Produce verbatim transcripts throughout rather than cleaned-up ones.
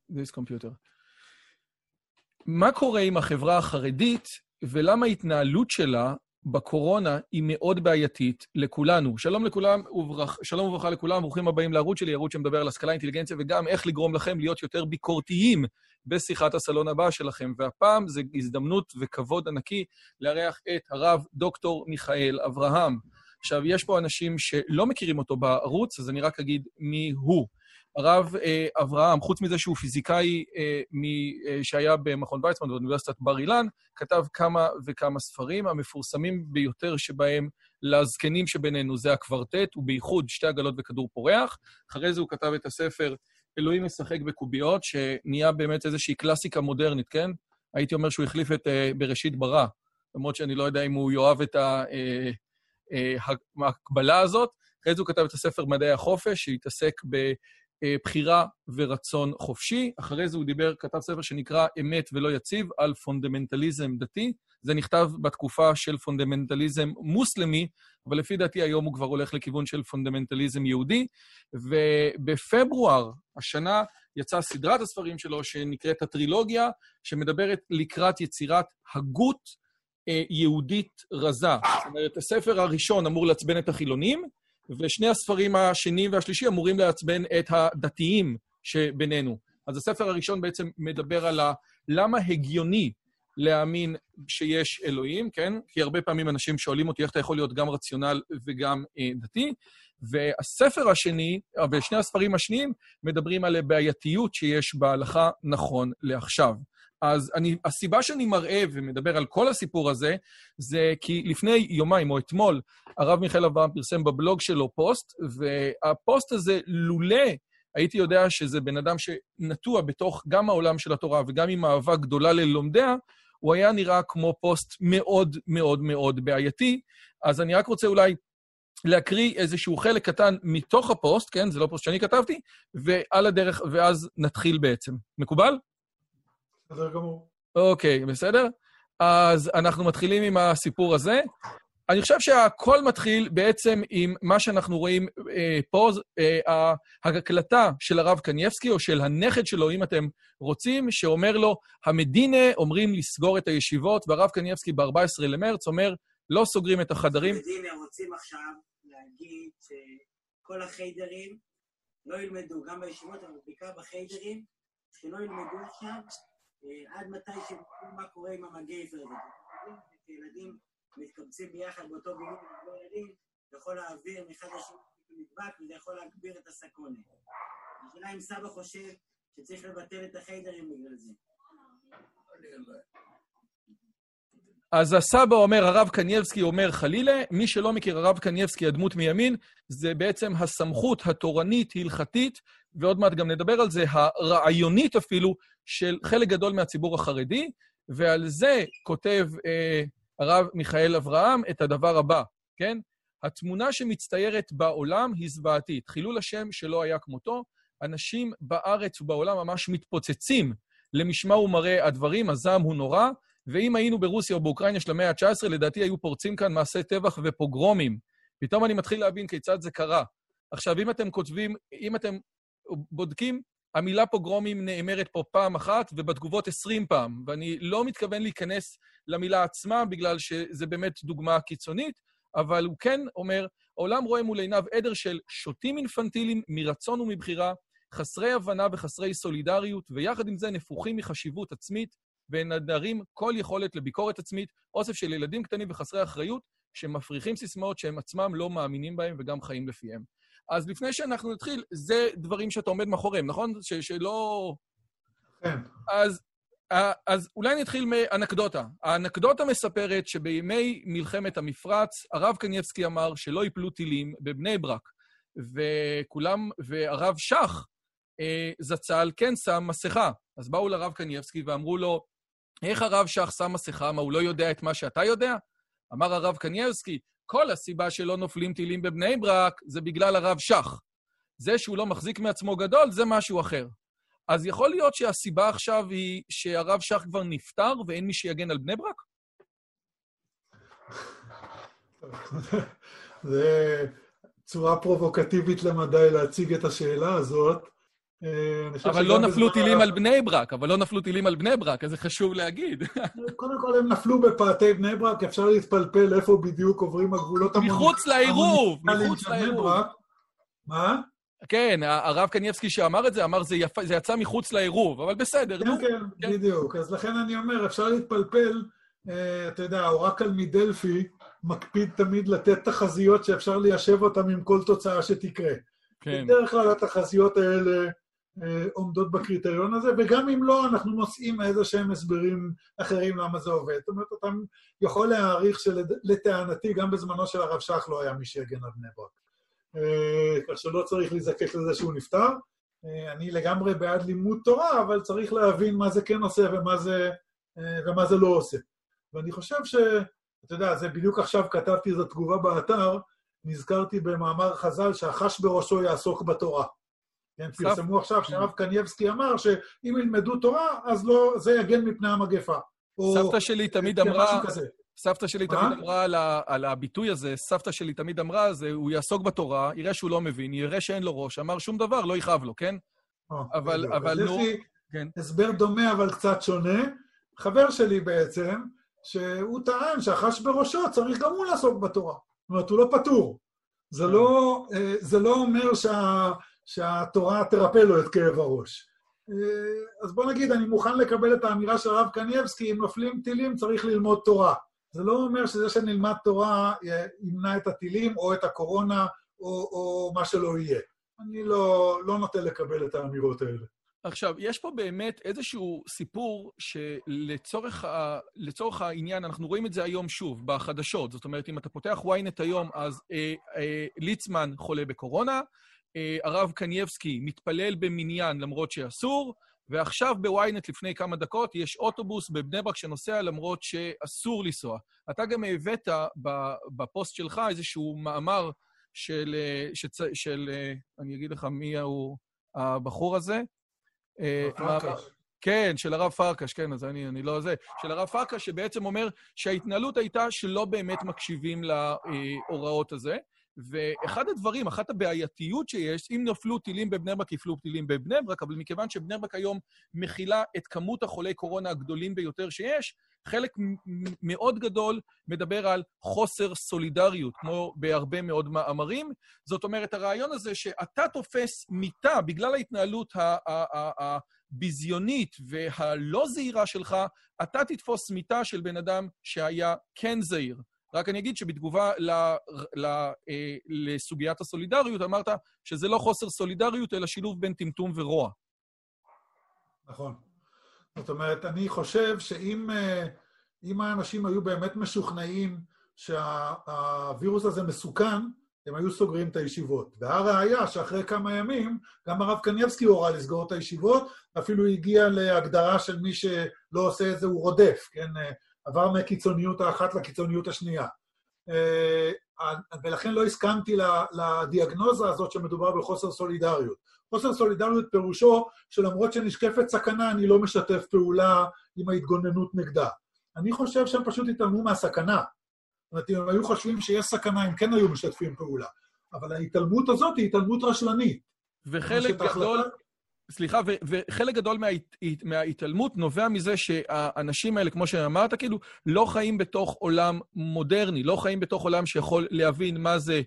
this computer. מה קורה עם החברה החרדית, ולמה ההתנהלות שלה בקורונה היא מאוד בעייתית לכולנו? שלום לכולם, וברח, שלום וברכה לכולם, ברוכים הבאים לערוץ שלי, ערוץ שמדבר על השכלה, אינטליגנציה, וגם איך לגרום לכם להיות יותר ביקורתיים בשיחת הסלון הבא שלכם. והפעם זה הזדמנות וכבוד ענקי לארח את הרב דוקטור מיכאל אברהם. עכשיו, יש פה אנשים שלא מכירים אותו בערוץ, אז אני רק אגיד מי הוא. הרב אה, אברהם, חוץ מזה שהוא פיזיקאי אה, מ, אה, שהיה במכון ויצמן באוניברסיטת בר אילן, כתב כמה וכמה ספרים, המפורסמים ביותר שבהם לזקנים שבינינו זה הקוורטט, ובייחוד שתי עגלות וכדור פורח. אחרי זה הוא כתב את הספר אלוהים משחק בקוביות, שנהיה באמת איזושהי קלאסיקה מודרנית, כן? הייתי אומר שהוא החליף את אה, בראשית ברא, למרות שאני לא יודע אם הוא יאהב את ה... אה, ההקבלה הזאת. אחרי זה הוא כתב את הספר מדעי החופש, שהתעסק בבחירה ורצון חופשי. אחרי זה הוא דיבר, כתב ספר שנקרא אמת ולא יציב, על פונדמנטליזם דתי. זה נכתב בתקופה של פונדמנטליזם מוסלמי, אבל לפי דעתי היום הוא כבר הולך לכיוון של פונדמנטליזם יהודי. ובפברואר השנה יצאה סדרת הספרים שלו, שנקראת הטרילוגיה, שמדברת לקראת יצירת הגות יהודית רזה. זאת אומרת, הספר הראשון אמור לעצבן את החילונים, ושני הספרים השני והשלישי אמורים לעצבן את הדתיים שבינינו. אז הספר הראשון בעצם מדבר על למה הגיוני להאמין שיש אלוהים, כן? כי הרבה פעמים אנשים שואלים אותי איך אתה יכול להיות גם רציונל וגם אה, דתי, והספר השני, ושני הספרים השניים, מדברים על הבעייתיות שיש בהלכה נכון לעכשיו. אז אני, הסיבה שאני מראה ומדבר על כל הסיפור הזה, זה כי לפני יומיים או אתמול, הרב מיכאל אברהם פרסם בבלוג שלו פוסט, והפוסט הזה לולא, הייתי יודע שזה בן אדם שנטוע בתוך גם העולם של התורה, וגם עם אהבה גדולה ללומדיה, הוא היה נראה כמו פוסט מאוד מאוד מאוד בעייתי. אז אני רק רוצה אולי להקריא איזשהו חלק קטן מתוך הפוסט, כן? זה לא פוסט שאני כתבתי, ועל הדרך, ואז נתחיל בעצם. מקובל? בסדר גמור. אוקיי, בסדר? אז אנחנו מתחילים עם הסיפור הזה. אני חושב שהכל מתחיל בעצם עם מה שאנחנו רואים אה, פה, אה, ההקלטה של הרב קניבסקי, או של הנכד שלו, אם אתם רוצים, שאומר לו, המדינה אומרים לסגור את הישיבות, והרב קניבסקי ב-ארבעה עשר למרץ אומר, לא סוגרים את החדרים. המדינה רוצים עכשיו להגיד שכל החיידרים לא ילמדו, גם בישיבות, אבל בעיקר בחיידרים, שלא ילמדו עכשיו, עד מתי שתראו מה קורה עם המגייבר. ילדים מתקבצים ביחד באותו בינוי ולא ילדים, יכול להעביר מאחד השני נדבק, וזה יכול להגביר את הסקונה. השאלה אם סבא חושב שצריך לבטל את החיידרים בגלל זה. אז הסבא אומר, הרב קניבסקי אומר חלילה, מי שלא מכיר הרב קניבסקי, הדמות מימין, זה בעצם הסמכות התורנית, הלכתית, ועוד מעט גם נדבר על זה, הרעיונית אפילו, של חלק גדול מהציבור החרדי, ועל זה כותב אה, הרב מיכאל אברהם את הדבר הבא, כן? התמונה שמצטיירת בעולם היא זוועתית, חילול השם שלא היה כמותו, אנשים בארץ ובעולם ממש מתפוצצים למשמע ומראה הדברים, הזעם הוא נורא, ואם היינו ברוסיה או באוקראינה של המאה ה-תשע עשרה, לדעתי היו פורצים כאן מעשי טבח ופוגרומים. פתאום אני מתחיל להבין כיצד זה קרה. עכשיו, אם אתם כותבים, אם אתם בודקים, המילה פוגרומים נאמרת פה פעם אחת, ובתגובות עשרים פעם, ואני לא מתכוון להיכנס למילה עצמה, בגלל שזה באמת דוגמה קיצונית, אבל הוא כן אומר, העולם רואה מול עיניו עדר של שוטים אינפנטיליים מרצון ומבחירה, חסרי הבנה וחסרי סולידריות, ויחד עם זה נפוחים מחשיבות עצמית, ונדרים כל יכולת לביקורת עצמית, אוסף של ילדים קטנים וחסרי אחריות, שמפריחים סיסמאות שהם עצמם לא מאמינים בהם וגם חיים לפיהם. אז לפני שאנחנו נתחיל, זה דברים שאתה עומד מאחוריהם, נכון? ש- שלא... כן. אז, אז אולי נתחיל מאנקדוטה. האנקדוטה מספרת שבימי מלחמת המפרץ, הרב קניבסקי אמר שלא ייפלו טילים בבני ברק, וכולם, והרב שח אה, זצ"ל כן שם מסכה. אז באו לרב קניבסקי ואמרו לו, איך הרב שח שם מסכה? מה, הוא לא יודע את מה שאתה יודע? אמר הרב קניבסקי, כל הסיבה שלא נופלים טילים בבני ברק זה בגלל הרב שח. זה שהוא לא מחזיק מעצמו גדול, זה משהו אחר. אז יכול להיות שהסיבה עכשיו היא שהרב שח כבר נפטר ואין מי שיגן על בני ברק? זה צורה פרובוקטיבית למדי להציג את השאלה הזאת. אבל לא נפלו טילים על בני ברק, אבל לא נפלו טילים על בני ברק, אז זה חשוב להגיד. קודם כל הם נפלו בפאתי בני ברק, אפשר להתפלפל איפה בדיוק עוברים הגבולות המוניציפליים. מחוץ לעירוב, מחוץ לעירוב. מה? כן, הרב קניבסקי שאמר את זה, אמר זה יצא מחוץ לעירוב, אבל בסדר. כן, כן, בדיוק. אז לכן אני אומר, אפשר להתפלפל, אתה יודע, האורקל מדלפי מקפיד תמיד לתת תחזיות שאפשר ליישב אותם עם כל תוצאה שתקרה. בדרך כלל התחזיות האלה עומדות בקריטריון הזה, וגם אם לא, אנחנו מוצאים איזה שהם הסברים אחרים למה זה עובד. זאת אומרת, אתה יכול להעריך שלטענתי, גם בזמנו של הרב שך לא היה מי שיגן על בני ברק. כך שלא צריך להיזקק לזה שהוא נפטר. אני לגמרי בעד לימוד תורה, אבל צריך להבין מה זה כן עושה ומה זה, ומה זה לא עושה. ואני חושב ש, אתה יודע, זה בדיוק עכשיו כתבתי איזו תגובה באתר, נזכרתי במאמר חז"ל שהחש בראשו יעסוק בתורה. כן, פרסמו עכשיו שהרב קניבסקי אמר שאם ילמדו תורה, אז לא, זה יגן מפני המגפה. סבתא שלי תמיד אמרה, סבתא שלי תמיד אמרה על הביטוי הזה, סבתא שלי תמיד אמרה, הוא יעסוק בתורה, יראה שהוא לא מבין, יראה שאין לו ראש, אמר שום דבר, לא יכאב לו, כן? אבל, אבל נו... הסבר דומה, אבל קצת שונה. חבר שלי בעצם, שהוא טען שהחש בראשו צריך גם הוא לעסוק בתורה. זאת אומרת, הוא לא פטור. זה לא, זה לא אומר שה, שהתורה תרפא לו את כאב הראש. אז בוא נגיד, אני מוכן לקבל את האמירה של הרב קניבסקי, אם נופלים טילים צריך ללמוד תורה. זה לא אומר שזה שנלמד תורה ימנע את הטילים או את הקורונה או, או מה שלא יהיה. אני לא, לא נוטה לקבל את האמירות האלה. עכשיו, יש פה באמת איזשהו סיפור שלצורך ה... לצורך העניין, אנחנו רואים את זה היום שוב, בחדשות. זאת אומרת, אם אתה פותח וויינט היום, אז אה, אה, ליצמן חולה בקורונה, אה, הרב קניבסקי מתפלל במניין למרות שאסור, ועכשיו בוויינט לפני כמה דקות יש אוטובוס בבני ברק שנוסע למרות שאסור לנסוע. אתה גם הבאת בפוסט שלך איזשהו מאמר של, של, של אני אגיד לך מי הוא הבחור הזה, כן, של הרב פרקש, כן, אז אני, אני לא זה, של הרב פרקש שבעצם אומר שההתנהלות הייתה שלא באמת מקשיבים להוראות הזה, ואחד הדברים, אחת הבעייתיות שיש, אם נפלו טילים בבני ברק, יפלו טילים בבני ברק, אבל מכיוון שבני ברק היום מכילה את כמות החולי קורונה הגדולים ביותר שיש, חלק מאוד גדול מדבר על חוסר סולידריות, כמו בהרבה מאוד מאמרים. זאת אומרת, הרעיון הזה שאתה תופס מיטה בגלל ההתנהלות הביזיונית והלא זהירה שלך, אתה תתפוס מיטה של בן אדם שהיה כן זהיר. רק אני אגיד שבתגובה ל, ל, אה, לסוגיית הסולידריות, אמרת שזה לא חוסר סולידריות, אלא שילוב בין טמטום ורוע. נכון. זאת אומרת, אני חושב שאם אם האנשים היו באמת משוכנעים שהווירוס הזה מסוכן, הם היו סוגרים את הישיבות. והראיה שאחרי כמה ימים, גם הרב קניבסקי הורה לסגור את הישיבות, אפילו הגיע להגדרה של מי שלא עושה את זה, הוא רודף, כן? עבר מהקיצוניות האחת לקיצוניות השנייה. ולכן לא הסכמתי לדיאגנוזה הזאת שמדובר בחוסר סולידריות. חוסר סולידריות פירושו שלמרות שנשקפת סכנה, אני לא משתף פעולה עם ההתגוננות נגדה. אני חושב שהם פשוט התעלמו מהסכנה. זאת אומרת, אם הם היו חושבים שיש סכנה, הם כן היו משתפים פעולה. אבל ההתעלמות הזאת היא התעלמות רשלנית. וחלק גדול... סליחה, וחלק גדול מההתעלמות נובע מזה שהאנשים האלה, כמו שאמרת, כאילו, לא חיים בתוך עולם מודרני, לא חיים בתוך עולם שיכול להבין מה זה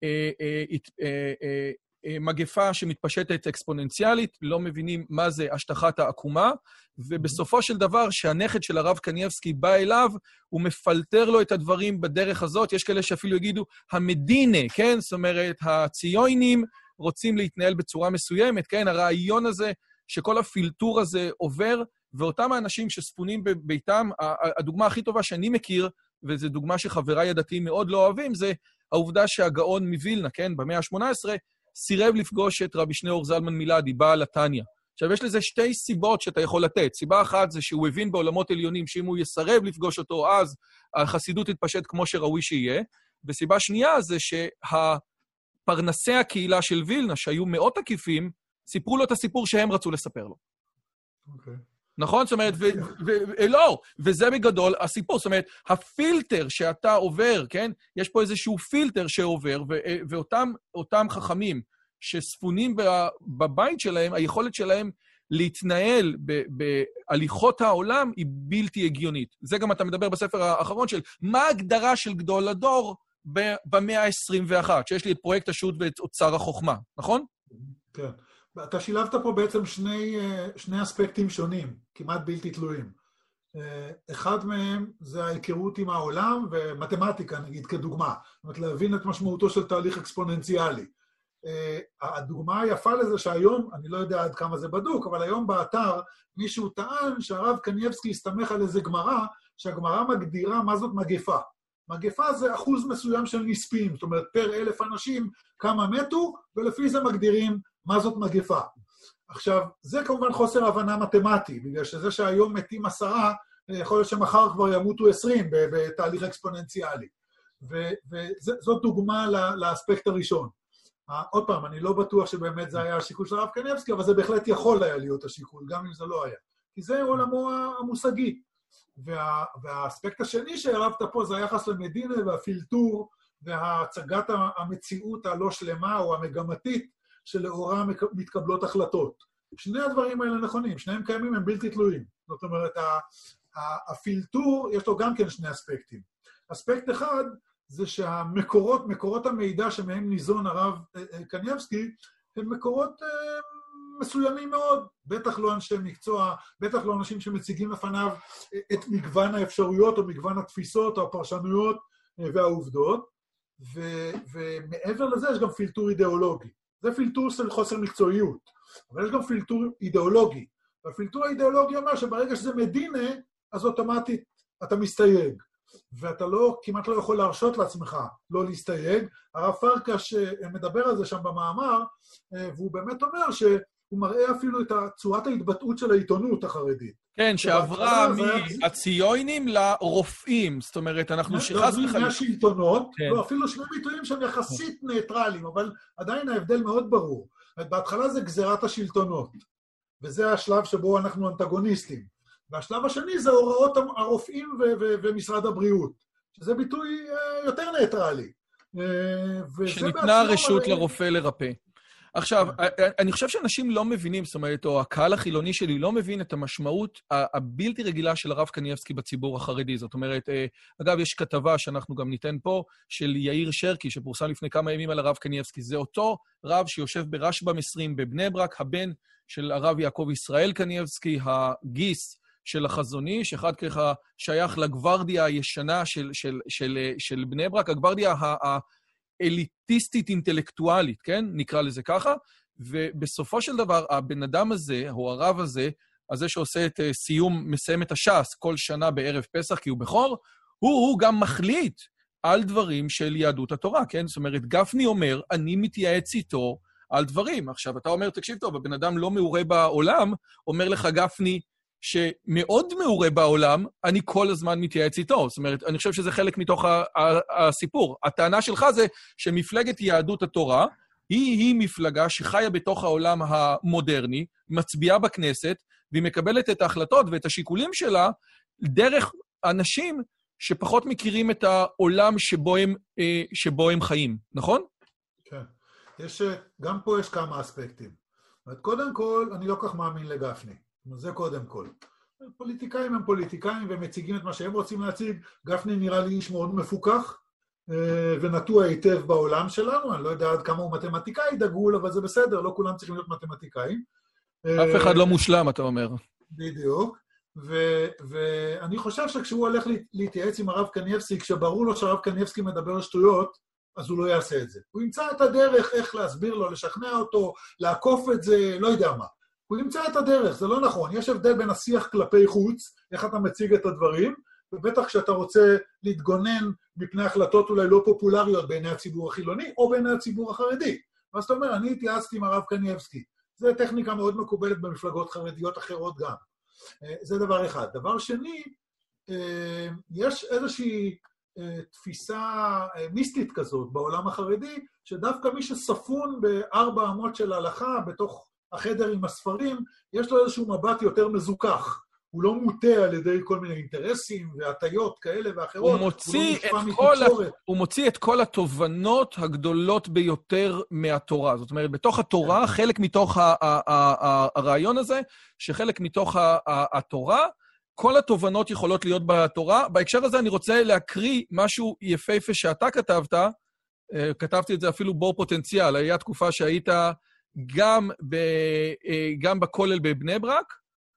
מגפה שמתפשטת אקספוננציאלית, לא מבינים מה זה השטחת העקומה, ובסופו של דבר, שהנכד של הרב קניבסקי בא אליו, הוא מפלטר לו את הדברים בדרך הזאת, יש כאלה שאפילו יגידו, המדינה, כן? זאת אומרת, הציונים, רוצים להתנהל בצורה מסוימת, כן? הרעיון הזה שכל הפילטור הזה עובר, ואותם האנשים שספונים בביתם, הדוגמה הכי טובה שאני מכיר, וזו דוגמה שחבריי הדתיים מאוד לא אוהבים, זה העובדה שהגאון מווילנה, כן? במאה ה-שמונה עשרה, סירב לפגוש את רבי שניאור זלמן מילדי, בעל התניא. עכשיו, יש לזה שתי סיבות שאתה יכול לתת. סיבה אחת זה שהוא הבין בעולמות עליונים, שאם הוא יסרב לפגוש אותו, אז החסידות תתפשט כמו שראוי שיהיה. וסיבה שנייה זה שה... פרנסי הקהילה של וילנה, שהיו מאות עקיפים, סיפרו לו את הסיפור שהם רצו לספר לו. אוקיי. נכון? זאת אומרת, לא, וזה בגדול הסיפור. זאת אומרת, הפילטר שאתה עובר, כן? יש פה איזשהו פילטר שעובר, ואותם חכמים שספונים בבית שלהם, היכולת שלהם להתנהל בהליכות העולם היא בלתי הגיונית. זה גם אתה מדבר בספר האחרון של מה ההגדרה של גדול הדור במאה ה-עשרים ואחת, שיש לי את פרויקט השו"ת ואת אוצר החוכמה, נכון? כן. אתה שילבת פה בעצם שני, שני אספקטים שונים, כמעט בלתי תלויים. אחד מהם זה ההיכרות עם העולם ומתמטיקה, נגיד, כדוגמה. זאת אומרת, להבין את משמעותו של תהליך אקספוננציאלי. הדוגמה היפה לזה שהיום, אני לא יודע עד כמה זה בדוק, אבל היום באתר מישהו טען שהרב קניבסקי הסתמך על איזה גמרא, שהגמרא מגדירה מה זאת מגפה. מגפה זה אחוז מסוים של נספים, זאת אומרת, פר אלף אנשים כמה מתו, ולפי זה מגדירים מה זאת מגפה. עכשיו, זה כמובן חוסר הבנה מתמטי, בגלל שזה שהיום מתים עשרה, יכול להיות שמחר כבר ימותו עשרים בתהליך אקספוננציאלי. וזאת דוגמה לאספקט הראשון. עוד פעם, אני לא בטוח שבאמת זה היה השיקול של הרב קניבסקי, אבל זה בהחלט יכול היה להיות השיקול, גם אם זה לא היה. כי זה עולמו המושגי. וה, והאספקט השני שהרבת פה זה היחס למדינה והפילטור והצגת המציאות הלא שלמה או המגמתית שלאורה מתקבלות החלטות. שני הדברים האלה נכונים, שניהם קיימים, הם בלתי תלויים. זאת אומרת, הפילטור יש לו גם כן שני אספקטים. אספקט אחד זה שהמקורות, מקורות המידע שמהם ניזון הרב קניבסקי, הם מקורות מסוימים מאוד, בטח לא אנשי מקצוע, בטח לא אנשים שמציגים לפניו את מגוון האפשרויות או מגוון התפיסות או הפרשנויות והעובדות, ו- ומעבר לזה יש גם פילטור אידיאולוגי. זה פילטור של חוסר מקצועיות, אבל יש גם פילטור אידיאולוגי. והפילטור האידיאולוגי אומר שברגע שזה מדינה, אז אוטומטית אתה מסתייג. ואתה לא, כמעט לא יכול להרשות לעצמך לא להסתייג. הרב פרקש מדבר על זה שם במאמר, והוא באמת אומר שהוא מראה אפילו את צורת ההתבטאות של העיתונות החרדית. כן, שעברה מהציונים לרופאים, זאת אומרת, אנחנו שחס וחלילה... לא, מהשלטונות, לא, אפילו שני ביטויים שהם יחסית ניטרליים, אבל עדיין ההבדל מאוד ברור. בהתחלה זה גזירת השלטונות, וזה השלב שבו אנחנו אנטגוניסטים. והשלב השני זה הוראות הרופאים ומשרד הבריאות, שזה ביטוי יותר ניטרלי. שניתנה רשות לרופא לרפא. עכשיו, אני חושב שאנשים לא מבינים, זאת אומרת, או הקהל החילוני שלי לא מבין את המשמעות הבלתי רגילה של הרב קניבסקי בציבור החרדי. זאת אומרת, אגב, יש כתבה שאנחנו גם ניתן פה, של יאיר שרקי, שפורסם לפני כמה ימים על הרב קניבסקי. זה אותו רב שיושב ברשב"ם עשרים בבני ברק, הבן של הרב יעקב ישראל קניבסקי, הגיס של החזון איש, אחד ככה שייך לגוורדיה הישנה של, של, של, של בני ברק, הגוורדיה האליטיסטית אינטלקטואלית, כן? נקרא לזה ככה, ובסופו של דבר, הבן אדם הזה, או הרב הזה, הזה שעושה את סיום, מסיים את הש"ס כל שנה בערב פסח, כי הוא בכור, הוא, הוא גם מחליט על דברים של יהדות התורה, כן? זאת אומרת, גפני אומר, אני מתייעץ איתו על דברים. עכשיו, אתה אומר, תקשיב טוב, הבן אדם לא מעורה בעולם, אומר לך גפני, שמאוד מעורה בעולם, אני כל הזמן מתייעץ איתו. זאת אומרת, אני חושב שזה חלק מתוך הסיפור. הטענה שלך זה שמפלגת יהדות התורה, היא, היא מפלגה שחיה בתוך העולם המודרני, מצביעה בכנסת, והיא מקבלת את ההחלטות ואת השיקולים שלה, דרך אנשים שפחות מכירים את העולם שבו הם, שבו הם חיים. נכון? כן. יש, גם פה יש כמה אספקטים. קודם כל, אני לא כך מאמין לגפני. זה קודם כל. פוליטיקאים הם פוליטיקאים והם מציגים את מה שהם רוצים להציג. גפני נראה לי איש מאוד מפוקח ונטוע היטב בעולם שלנו. אני לא יודע עד כמה הוא מתמטיקאי דגול, אבל זה בסדר, לא כולם צריכים להיות מתמטיקאים. אף אחד לא מושלם, אתה אומר. בדיוק. ואני חושב שכשהוא הולך להתייעץ עם הרב קניבסקי, כשברור לו שהרב קניבסקי מדבר שטויות, אז הוא לא יעשה את זה. הוא ימצא את הדרך איך להסביר לו, לשכנע אותו, לעקוף את זה, לא יודע מה. הוא ימצא את הדרך, זה לא נכון. יש הבדל בין השיח כלפי חוץ, איך אתה מציג את הדברים, ובטח כשאתה רוצה להתגונן מפני החלטות אולי לא פופולריות בעיני הציבור החילוני, או בעיני הציבור החרדי. ואז אתה אומר, אני התייעצתי עם הרב קניבסקי. זו טכניקה מאוד מקובלת במפלגות חרדיות אחרות גם. זה דבר אחד. דבר שני, יש איזושהי תפיסה מיסטית כזאת בעולם החרדי, שדווקא מי שספון בארבע אמות של ההלכה, בתוך החדר עם הספרים, יש לו איזשהו מבט יותר מזוכח. הוא לא מוטה על ידי כל מיני אינטרסים והטיות כאלה ואחרות. הוא מוציא, הוא, לא את כל, הוא מוציא את כל התובנות הגדולות ביותר מהתורה. זאת אומרת, בתוך התורה, חלק מתוך ה- ה- ה- הרעיון הזה, שחלק מתוך ה- ה- התורה, כל התובנות יכולות להיות בתורה. בהקשר הזה אני רוצה להקריא משהו יפהפה שאתה כתבת, כתבתי את זה אפילו בור פוטנציאל, היה תקופה שהיית גם, ב, גם בכולל בבני ברק,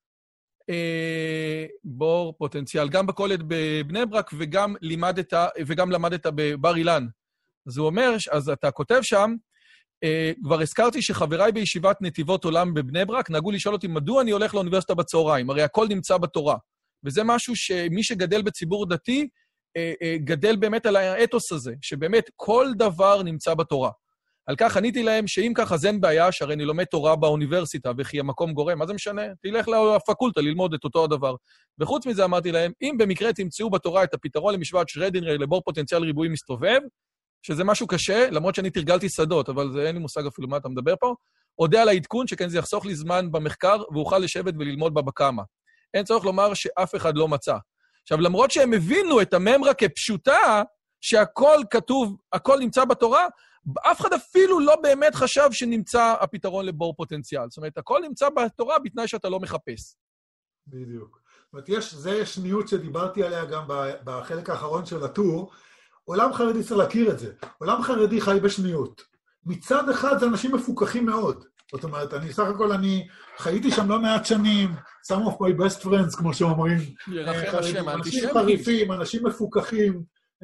בור פוטנציאל, גם בכולל בבני ברק וגם לימדת, וגם למדת בבר אילן. אז הוא אומר, אז אתה כותב שם, כבר הזכרתי שחבריי בישיבת נתיבות עולם בבני ברק נהגו לשאול אותי מדוע אני הולך לאוניברסיטה בצהריים, הרי הכל נמצא בתורה. וזה משהו שמי שגדל בציבור דתי, גדל באמת על האתוס הזה, שבאמת כל דבר נמצא בתורה. על כך עניתי להם שאם כך אז אין בעיה, שהרי אני לומד תורה באוניברסיטה, וכי המקום גורם, מה זה משנה? תלך לפקולטה ללמוד את אותו הדבר. וחוץ מזה אמרתי להם, אם במקרה תמצאו בתורה את הפתרון למשוואת שרדינגר לבור פוטנציאל ריבועי מסתובב, שזה משהו קשה, למרות שאני תרגלתי שדות, אבל זה אין לי מושג אפילו מה אתה מדבר פה, אודה על העדכון שכן זה יחסוך לי זמן במחקר, ואוכל לשבת וללמוד בה בכמה. אין צורך לומר שאף אחד לא מצא. עכשיו, למרות שהם הבינו את הממרה כפשוטה, שהכל כתוב, הכל נמצא בתורה, אף אחד אפילו לא באמת חשב שנמצא הפתרון לבור פוטנציאל. זאת אומרת, הכל נמצא בתורה בתנאי שאתה לא מחפש. בדיוק. זאת אומרת, יש, זה שניות שדיברתי עליה גם בחלק האחרון של הטור. עולם חרדי צריך להכיר את זה. עולם חרדי חי בשניות. מצד אחד זה אנשים מפוקחים מאוד. זאת אומרת, אני סך הכל, אני חייתי שם לא מעט שנים, some of my best friends, כמו שאומרים. ירחם השם, אנשים חריפים, אנשים מפוקחים,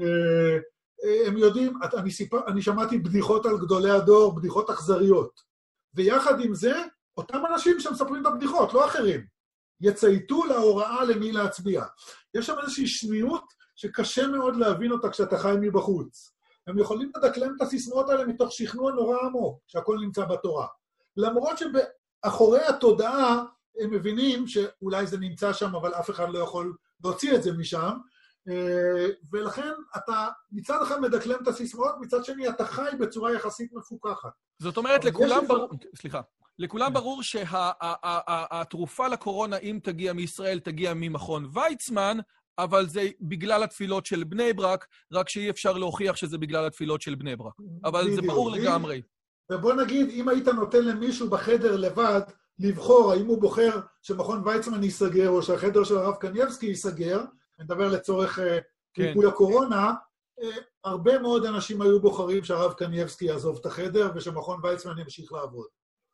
הם יודעים, אני, סיפר, אני שמעתי בדיחות על גדולי הדור, בדיחות אכזריות. ויחד עם זה, אותם אנשים שמספרים את הבדיחות, לא אחרים, יצייתו להוראה למי להצביע. יש שם איזושהי שניות שקשה מאוד להבין אותה כשאתה חי מבחוץ. הם יכולים לדקלם את הסיסמאות האלה מתוך שכנוע נורא עמוק, שהכל נמצא בתורה. למרות שבאחורי התודעה הם מבינים שאולי זה נמצא שם, אבל אף אחד לא יכול להוציא את זה משם, ולכן אתה מצד אחד מדקלם את הסיסמאות, מצד שני אתה חי בצורה יחסית מפוקחת. זאת אומרת, לכולם ברור, סליחה, לכולם ברור שהתרופה לקורונה, אם תגיע מישראל, תגיע ממכון ויצמן, אבל זה בגלל התפילות של בני ברק, רק שאי אפשר להוכיח שזה בגלל התפילות של בני ברק. אבל זה ברור לגמרי. ובוא נגיד, אם היית נותן למישהו בחדר לבד לבחור, האם הוא בוחר שמכון ויצמן ייסגר, או שהחדר של הרב קניבסקי ייסגר, אני מדבר לצורך ריפוי הקורונה, הרבה מאוד אנשים היו בוחרים שהרב קניבסקי יעזוב את החדר, ושמכון ויצמן ימשיך לעבוד.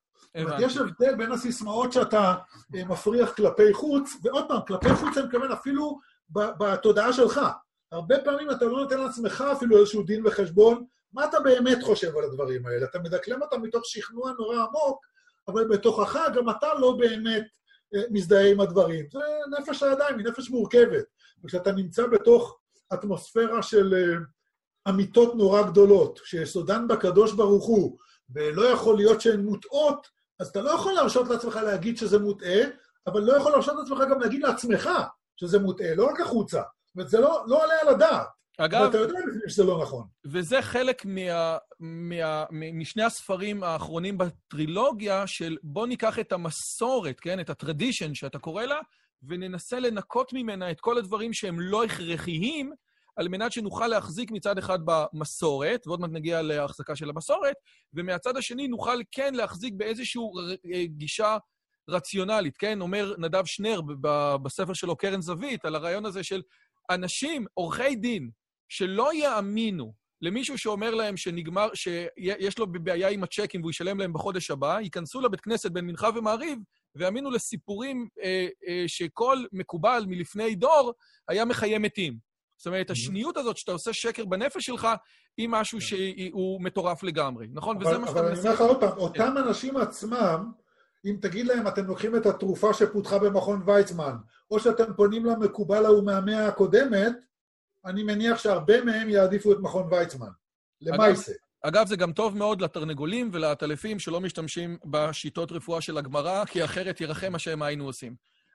יש הבדל בין הסיסמאות שאתה מפריח כלפי חוץ, ועוד פעם, כלפי חוץ אני מתכוון אפילו בתודעה שלך. הרבה פעמים אתה לא נותן לעצמך אפילו איזשהו דין וחשבון, מה אתה באמת חושב על הדברים האלה? אתה מדקלם אותם מתוך שכנוע נורא עמוק, אבל בתוכך גם אתה לא באמת מזדהה עם הדברים. זה נפש האדם, היא נפש מורכבת. וכשאתה נמצא בתוך אטמוספירה של אמיתות נורא גדולות, שיסודן בקדוש ברוך הוא, ולא יכול להיות שהן מוטעות, אז אתה לא יכול להרשות לעצמך להגיד שזה מוטעה, אבל לא יכול להרשות לעצמך גם להגיד לעצמך שזה מוטעה, לא רק החוצה. זאת אומרת, זה לא, לא עולה על הדעת. אגב, אתה יודע שזה לא נכון. וזה חלק מה, מה, משני הספרים האחרונים בטרילוגיה של בוא ניקח את המסורת, כן? את הטרדישן שאתה קורא לה, וננסה לנקות ממנה את כל הדברים שהם לא הכרחיים, על מנת שנוכל להחזיק מצד אחד במסורת, ועוד מעט נגיע להחזקה של המסורת, ומהצד השני נוכל כן להחזיק באיזושהי גישה רציונלית, כן? אומר נדב שנר בספר שלו קרן זווית, על הרעיון הזה של אנשים, עורכי דין, שלא יאמינו למישהו שאומר להם שנגמר, שיש לו בעיה עם הצ'קים והוא ישלם להם בחודש הבא, ייכנסו לבית כנסת בין מנחה ומעריב, ואמינו לסיפורים אה, אה, שכל מקובל מלפני דור היה מחיי מתים. זאת אומרת, השניות הזאת שאתה עושה שקר בנפש שלך, היא משהו שהוא מטורף לגמרי, נכון? אבל, וזה מה שאתה אבל אני אומר לך עוד פעם, אותם אנשים עצמם, אם תגיד להם, אתם לוקחים את התרופה שפותחה במכון ויצמן, או שאתם פונים למקובל ההוא מהמאה הקודמת, אני מניח שהרבה מהם יעדיפו את מכון ויצמן. למעשה. אגב, זה גם טוב מאוד לתרנגולים ולעטלפים שלא משתמשים בשיטות רפואה של הגמרא, כי אחרת ירחם מה שהם היינו עושים.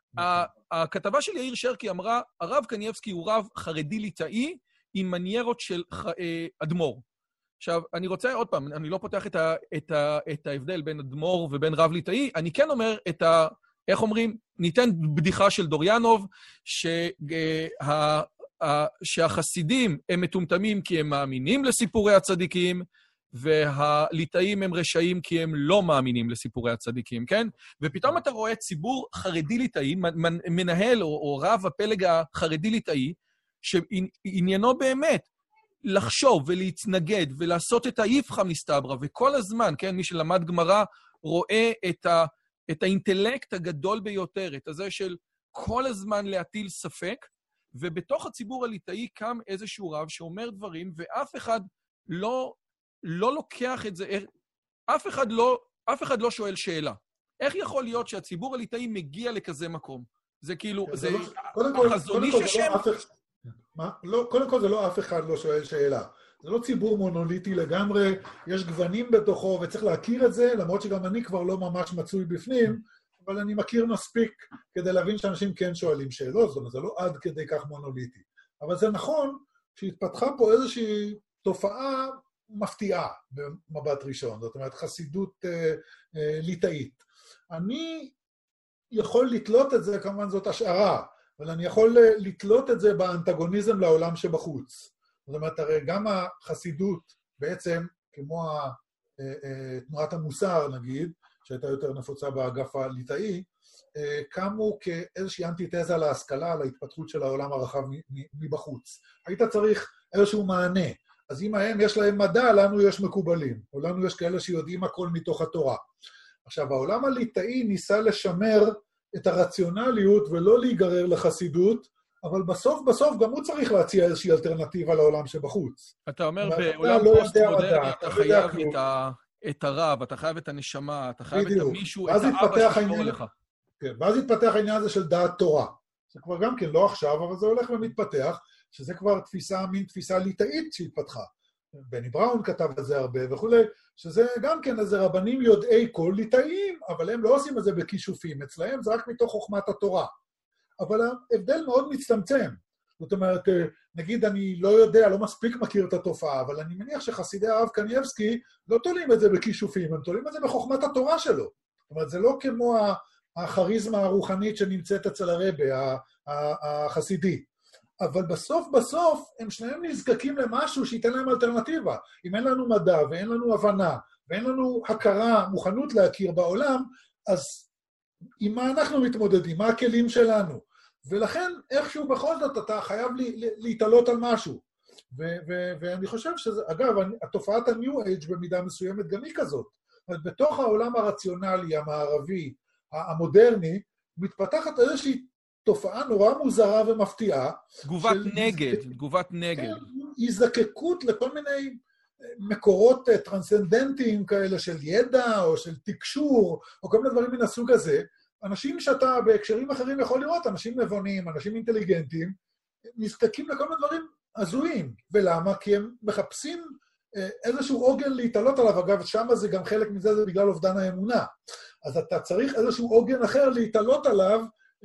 הכתבה של יאיר שרקי אמרה, הרב קניבסקי הוא רב חרדי ליטאי עם מניירות של אדמו"ר. עכשיו, אני רוצה עוד פעם, אני לא פותח את, ה, את, ה, את ההבדל בין אדמו"ר ובין רב ליטאי, אני כן אומר את איך אומרים? ניתן בדיחה של דוריאנוב, שה, שהחסידים הם מטומטמים כי הם מאמינים לסיפורי הצדיקים, והליטאים הם רשעים כי הם לא מאמינים לסיפורי הצדיקים, כן? ופתאום אתה רואה ציבור חרדי-ליטאי, מנהל או, או רב הפלג החרדי-ליטאי, שעניינו באמת לחשוב ולהתנגד ולעשות את האיפכא מסתברא, וכל הזמן, כן, מי שלמד גמרא רואה את, ה, את האינטלקט הגדול ביותר, את הזה של כל הזמן להטיל ספק, ובתוך הציבור הליטאי קם איזשהו רב שאומר דברים, ואף אחד לא, לא לוקח את זה, אף אחד לא, אף אחד לא שואל שאלה. איך יכול להיות שהציבור הליטאי מגיע לכזה מקום? זה כאילו, זה החזון איש השם? מה? לא, קודם כל זה לא אף אחד לא שואל שאלה. זה לא ציבור מונוליטי לגמרי, יש גוונים בתוכו, וצריך להכיר את זה, למרות שגם אני כבר לא ממש מצוי בפנים, אבל אני מכיר מספיק כדי להבין שאנשים כן שואלים שאלות, זאת אומרת, זה לא עד כדי כך מונוליטי. אבל זה נכון שהתפתחה פה איזושהי תופעה מפתיעה במבט ראשון, זאת אומרת, חסידות אה, אה, ליטאית. אני יכול לתלות את זה, כמובן זאת השערה, אבל אני יכול לתלות את זה באנטגוניזם לעולם שבחוץ. זאת אומרת, הרי גם החסידות, בעצם, כמו תנועת המוסר, נגיד, שהייתה יותר נפוצה באגף הליטאי, קמו כאיזושהי אנטיתזה להשכלה, להתפתחות של העולם הרחב מבחוץ. היית צריך איזשהו מענה. אז אם הם יש להם מדע, לנו יש מקובלים, או לנו יש כאלה שיודעים הכל מתוך התורה. עכשיו, העולם הליטאי ניסה לשמר את הרציונליות ולא להיגרר לחסידות, אבל בסוף בסוף גם הוא צריך להציע איזושהי אלטרנטיבה לעולם שבחוץ. אתה אומר, בעולם פוסט-מודרני אתה חייב את הרב, אתה חייב את הנשמה, אתה חייב את המישהו, את האבא ששמור לך. כן, ואז התפתח העניין הזה של דעת תורה. זה כבר גם כן לא עכשיו, אבל זה הולך ומתפתח, שזה כבר תפיסה, מין תפיסה ליטאית שהתפתחה. בני בראון כתב את זה הרבה וכו', שזה גם כן איזה רבנים יודעי כל ליטאיים, אבל הם לא עושים את זה בכישופים, אצלהם זה רק מתוך חוכמת התורה. אבל ההבדל מאוד מצטמצם. זאת אומרת, נגיד אני לא יודע, לא מספיק מכיר את התופעה, אבל אני מניח שחסידי הרב קנייבסקי לא תולים את זה בכישופים, הם תולים את זה בחוכמת התורה שלו. זאת אומרת, זה לא כמו החריזמה הרוחנית שנמצאת אצל הרבי, החסידי. אבל בסוף בסוף הם שניהם נזקקים למשהו שייתן להם אלטרנטיבה. אם אין לנו מדע ואין לנו הבנה ואין לנו הכרה, מוכנות להכיר בעולם, אז עם מה אנחנו מתמודדים? מה הכלים שלנו? ולכן איכשהו בכל זאת אתה חייב להתעלות על משהו. ו- ו- ואני חושב שזה, אגב, התופעת הניו אייג' במידה מסוימת גם היא כזאת. בתוך העולם הרציונלי, המערבי, המודרני, מתפתחת איזושהי תופעה נורא מוזרה ומפתיעה. תגובת נגד, תגובת נגד. כן, הזדקקות לכל מיני מקורות טרנסצנדנטיים כאלה של ידע או של תקשור, או כל מיני דברים מן הסוג הזה. אנשים שאתה בהקשרים אחרים יכול לראות, אנשים נבונים, אנשים אינטליגנטים, נזקקים לכל מיני דברים הזויים. ולמה? כי הם מחפשים איזשהו עוגן להתעלות עליו, אגב, שם זה גם חלק מזה, זה בגלל אובדן האמונה. אז אתה צריך איזשהו עוגן אחר להתעלות עליו,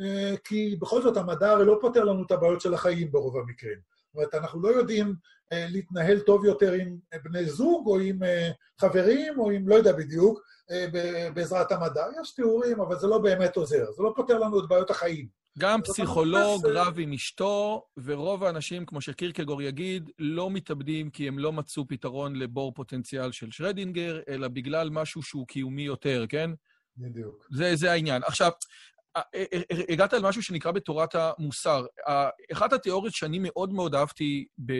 כי בכל זאת המדע הרי לא פותר לנו את הבעיות של החיים ברוב המקרים. זאת אומרת, אנחנו לא יודעים להתנהל טוב יותר עם בני זוג, או עם חברים, או עם לא יודע בדיוק, בעזרת המדע. יש תיאורים, אבל זה לא באמת עוזר. זה לא פותר לנו את בעיות החיים. גם פסיכולוג רב עם אשתו, ורוב האנשים, כמו שקירקגור יגיד, לא מתאבדים כי הם לא מצאו פתרון לבור פוטנציאל של שרדינגר, אלא בגלל משהו שהוא קיומי יותר, כן? בדיוק. זה, זה העניין. עכשיו, הגעת על משהו שנקרא בתורת המוסר. אחת התיאוריות שאני מאוד מאוד אהבתי ב...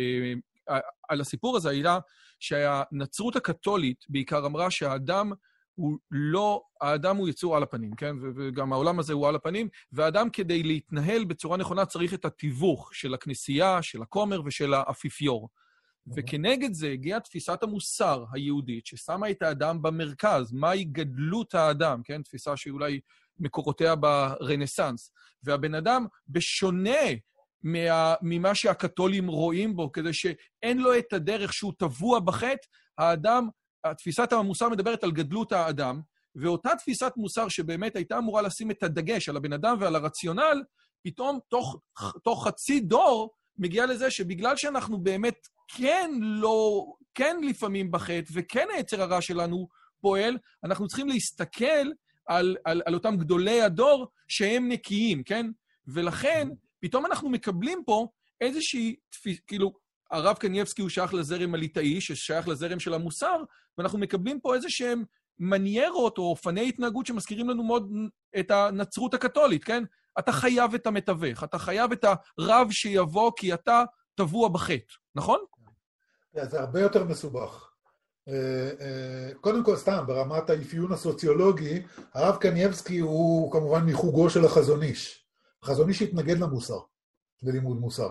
על הסיפור הזה הייתה שהנצרות הקתולית בעיקר אמרה שהאדם הוא לא, האדם הוא יצור על הפנים, כן? וגם העולם הזה הוא על הפנים, והאדם כדי להתנהל בצורה נכונה צריך את התיווך של הכנסייה, של הכומר ושל האפיפיור. וכנגד זה הגיעה תפיסת המוסר היהודית, ששמה את האדם במרכז, מהי גדלות האדם, כן? תפיסה שאולי מקורותיה ברנסנס. והבן אדם, בשונה מה, ממה שהקתולים רואים בו, כדי שאין לו את הדרך שהוא טבוע בחטא, האדם, תפיסת המוסר מדברת על גדלות האדם, ואותה תפיסת מוסר שבאמת הייתה אמורה לשים את הדגש על הבן אדם ועל הרציונל, פתאום תוך, תוך חצי דור מגיע לזה שבגלל שאנחנו באמת כן לא, כן לפעמים בחטא, וכן היצר הרע שלנו פועל, אנחנו צריכים להסתכל על, על, על אותם גדולי הדור שהם נקיים, כן? ולכן, פתאום אנחנו מקבלים פה איזושהי, כאילו, הרב קניבסקי הוא שייך לזרם הליטאי, ששייך לזרם של המוסר, ואנחנו מקבלים פה איזשהם מניירות או אופני התנהגות שמזכירים לנו מאוד את הנצרות הקתולית, כן? אתה חייב את המתווך, אתה חייב את הרב שיבוא כי אתה טבוע בחטא, נכון? זה הרבה יותר מסובך. קודם כל סתם, ברמת האפיון הסוציולוגי, הרב קניבסקי הוא כמובן מחוגו של החזון איש. החזון איש התנגד למוסר, ללימוד מוסר.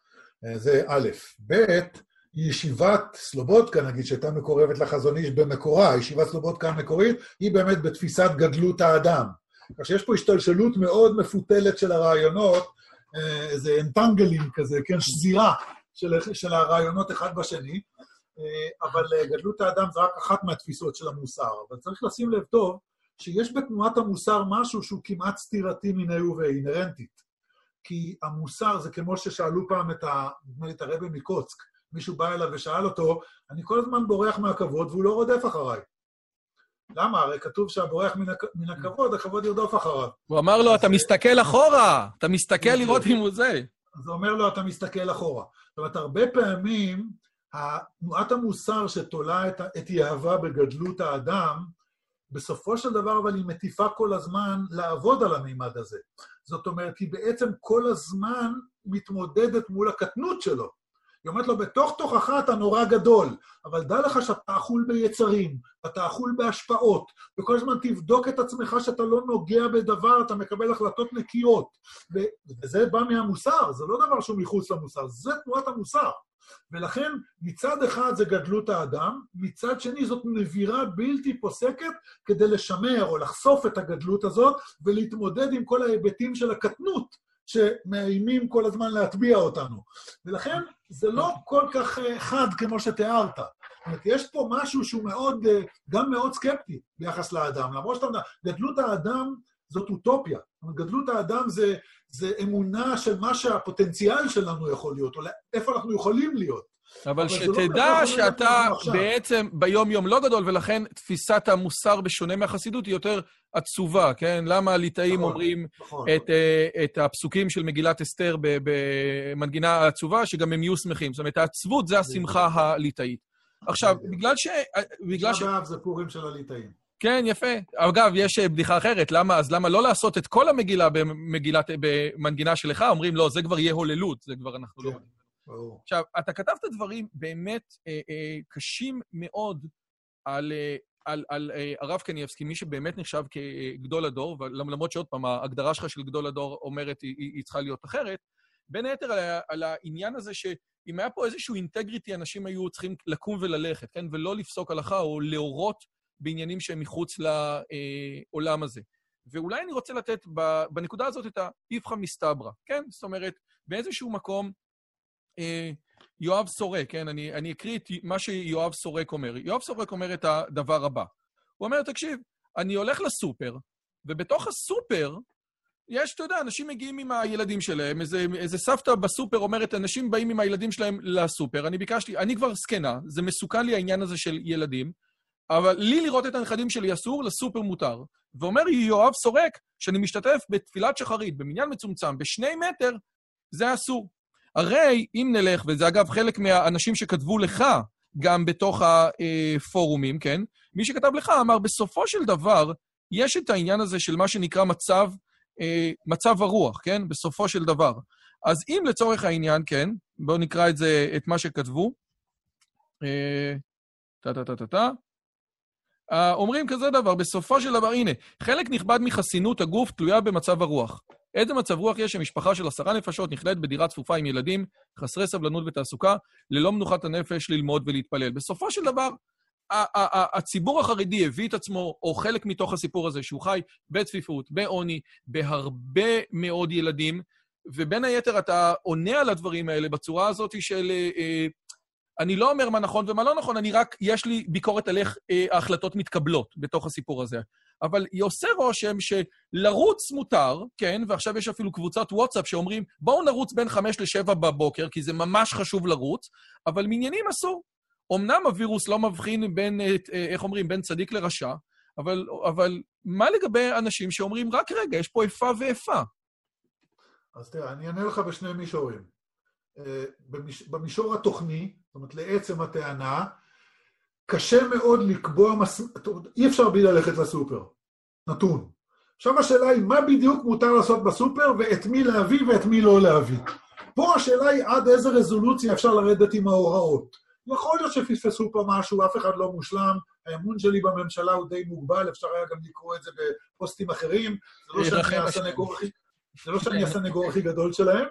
זה א', ב', ישיבת סלובודקה, נגיד, שהייתה מקורבת לחזון איש במקורה, ישיבת סלובודקה המקורית, היא באמת בתפיסת גדלות האדם. כך שיש פה השתלשלות מאוד מפותלת של הרעיונות, איזה אנטנגלים כזה, כן, שזירה של, של הרעיונות אחד בשני, אבל גדלות האדם זה רק אחת מהתפיסות של המוסר. אבל צריך לשים לב טוב, שיש בתנועת המוסר משהו שהוא כמעט סתירתי מיני ואינרנטית. כי המוסר זה כמו ששאלו פעם את, ה, את הרבי מקוצק, מישהו בא אליו ושאל אותו, אני כל הזמן בורח מהכבוד והוא לא רודף אחריי. למה? הרי כתוב שהבורח מן, הכ... מן הכבוד, הכבוד ירדוף אחריו. הוא אמר לו, אתה מסתכל אחורה, אתה מסתכל לראות אם הוא זה. אז הוא אומר לו, אתה מסתכל אחורה. זאת אומרת, הרבה פעמים, תנועת המוסר שתולה את, את יהבה בגדלות האדם, בסופו של דבר, אבל היא מטיפה כל הזמן לעבוד על המימד הזה. זאת אומרת, היא בעצם כל הזמן מתמודדת מול הקטנות שלו. היא אומרת לו, בתוך תוכך אתה נורא גדול, אבל דע לך שאתה אכול ביצרים, אתה אכול בהשפעות, וכל הזמן תבדוק את עצמך שאתה לא נוגע בדבר, אתה מקבל החלטות נקיות. וזה בא מהמוסר, זה לא דבר שהוא מחוץ למוסר, זה תנועת המוסר. ולכן מצד אחד זה גדלות האדם, מצד שני זאת נבירה בלתי פוסקת כדי לשמר או לחשוף את הגדלות הזאת, ולהתמודד עם כל ההיבטים של הקטנות, שמאיימים כל הזמן להטביע אותנו. ולכן זה לא כל כך חד כמו שתיארת. זאת אומרת, יש פה משהו שהוא מאוד, גם מאוד סקפטי ביחס לאדם. למרות שאתה יודע, גדלות האדם זאת אוטופיה. גדלות האדם זה, זה אמונה של מה שהפוטנציאל שלנו יכול להיות, או איפה אנחנו יכולים להיות. אבל שתדע שאתה בעצם ביום יום לא גדול, ולכן תפיסת המוסר בשונה מהחסידות היא יותר עצובה, כן? למה הליטאים אומרים את הפסוקים של מגילת אסתר במנגינה העצובה, שגם הם יהיו שמחים. זאת אומרת, העצבות זה השמחה הליטאית. עכשיו, בגלל ש... שבאב זה פורים של הליטאים. כן, יפה. אגב, יש בדיחה אחרת. למה? אז למה לא לעשות את כל המגילה במגילת, במנגינה שלך? אומרים, לא, זה כבר יהיה הוללות, זה כבר אנחנו לא... עכשיו, אתה כתבת דברים באמת אה, אה, קשים מאוד על, אה, על, על אה, הרב קניבסקי, מי שבאמת נחשב כגדול הדור, ולמרות שעוד פעם, ההגדרה שלך של גדול הדור אומרת, היא, היא צריכה להיות אחרת, בין היתר על, על העניין הזה שאם היה פה איזשהו אינטגריטי, אנשים היו צריכים לקום וללכת, כן? ולא לפסוק הלכה או להורות בעניינים שהם מחוץ לעולם הזה. ואולי אני רוצה לתת בנקודה הזאת את האיפכא מסתברא, כן? זאת אומרת, באיזשהו מקום, יואב סורק, כן? אני, אני אקריא את מה שיואב סורק אומר. יואב סורק אומר את הדבר הבא. הוא אומר, תקשיב, אני הולך לסופר, ובתוך הסופר, יש, אתה יודע, אנשים מגיעים עם הילדים שלהם, איזה, איזה סבתא בסופר אומרת, אנשים באים עם הילדים שלהם לסופר, אני ביקשתי, אני כבר סקנה, זה מסוכן לי העניין הזה של ילדים, אבל לי לראות את הנכדים שלי אסור, לסופר מותר. ואומר יואב סורק, שאני משתתף בתפילת שחרית, במניין מצומצם, בשני מטר, זה אסור. הרי אם נלך, וזה אגב חלק מהאנשים שכתבו לך, גם בתוך הפורומים, כן? מי שכתב לך אמר, בסופו של דבר, יש את העניין הזה של מה שנקרא מצב, מצב הרוח, כן? בסופו של דבר. אז אם לצורך העניין, כן, בואו נקרא את זה, את מה שכתבו. טה-טה-טה-טה-טה. אומרים כזה דבר, בסופו של דבר, הנה, חלק נכבד מחסינות הגוף תלויה במצב הרוח. איזה מצב רוח יש שמשפחה של עשרה נפשות נכלאת בדירה צפופה עם ילדים, חסרי סבלנות ותעסוקה, ללא מנוחת הנפש ללמוד ולהתפלל. בסופו של דבר, הציבור החרדי הביא את עצמו, או חלק מתוך הסיפור הזה, שהוא חי בצפיפות, בעוני, בהרבה מאוד ילדים, ובין היתר אתה עונה על הדברים האלה בצורה הזאת של... אני לא אומר מה נכון ומה לא נכון, אני רק, יש לי ביקורת על איך ההחלטות מתקבלות בתוך הסיפור הזה. אבל עושה רושם שלרוץ מותר, כן, ועכשיו יש אפילו קבוצת וואטסאפ שאומרים, בואו נרוץ בין חמש לשבע בבוקר, כי זה ממש חשוב לרוץ, אבל מניינים אסור. אמנם הווירוס לא מבחין בין, איך אומרים, בין צדיק לרשע, אבל, אבל מה לגבי אנשים שאומרים, רק רגע, יש פה איפה ואיפה? אז תראה, אני אענה לך בשני מישורים. במיש, במישור התוכני, זאת אומרת, לעצם הטענה, קשה מאוד לקבוע, מס... אי אפשר בלי ללכת לסופר. נתון. עכשיו השאלה היא, מה בדיוק מותר לעשות בסופר, ואת מי להביא ואת מי לא להביא. פה השאלה היא, עד איזה רזולוציה אפשר לרדת עם ההוראות. יכול להיות שפספסו פה משהו, אף אחד לא מושלם, האמון שלי בממשלה הוא די מוגבל, אפשר היה גם לקרוא את זה בפוסטים אחרים, זה לא שאני הסנגור הכי, זה לא שאני הסנגור הכי גדול שלהם,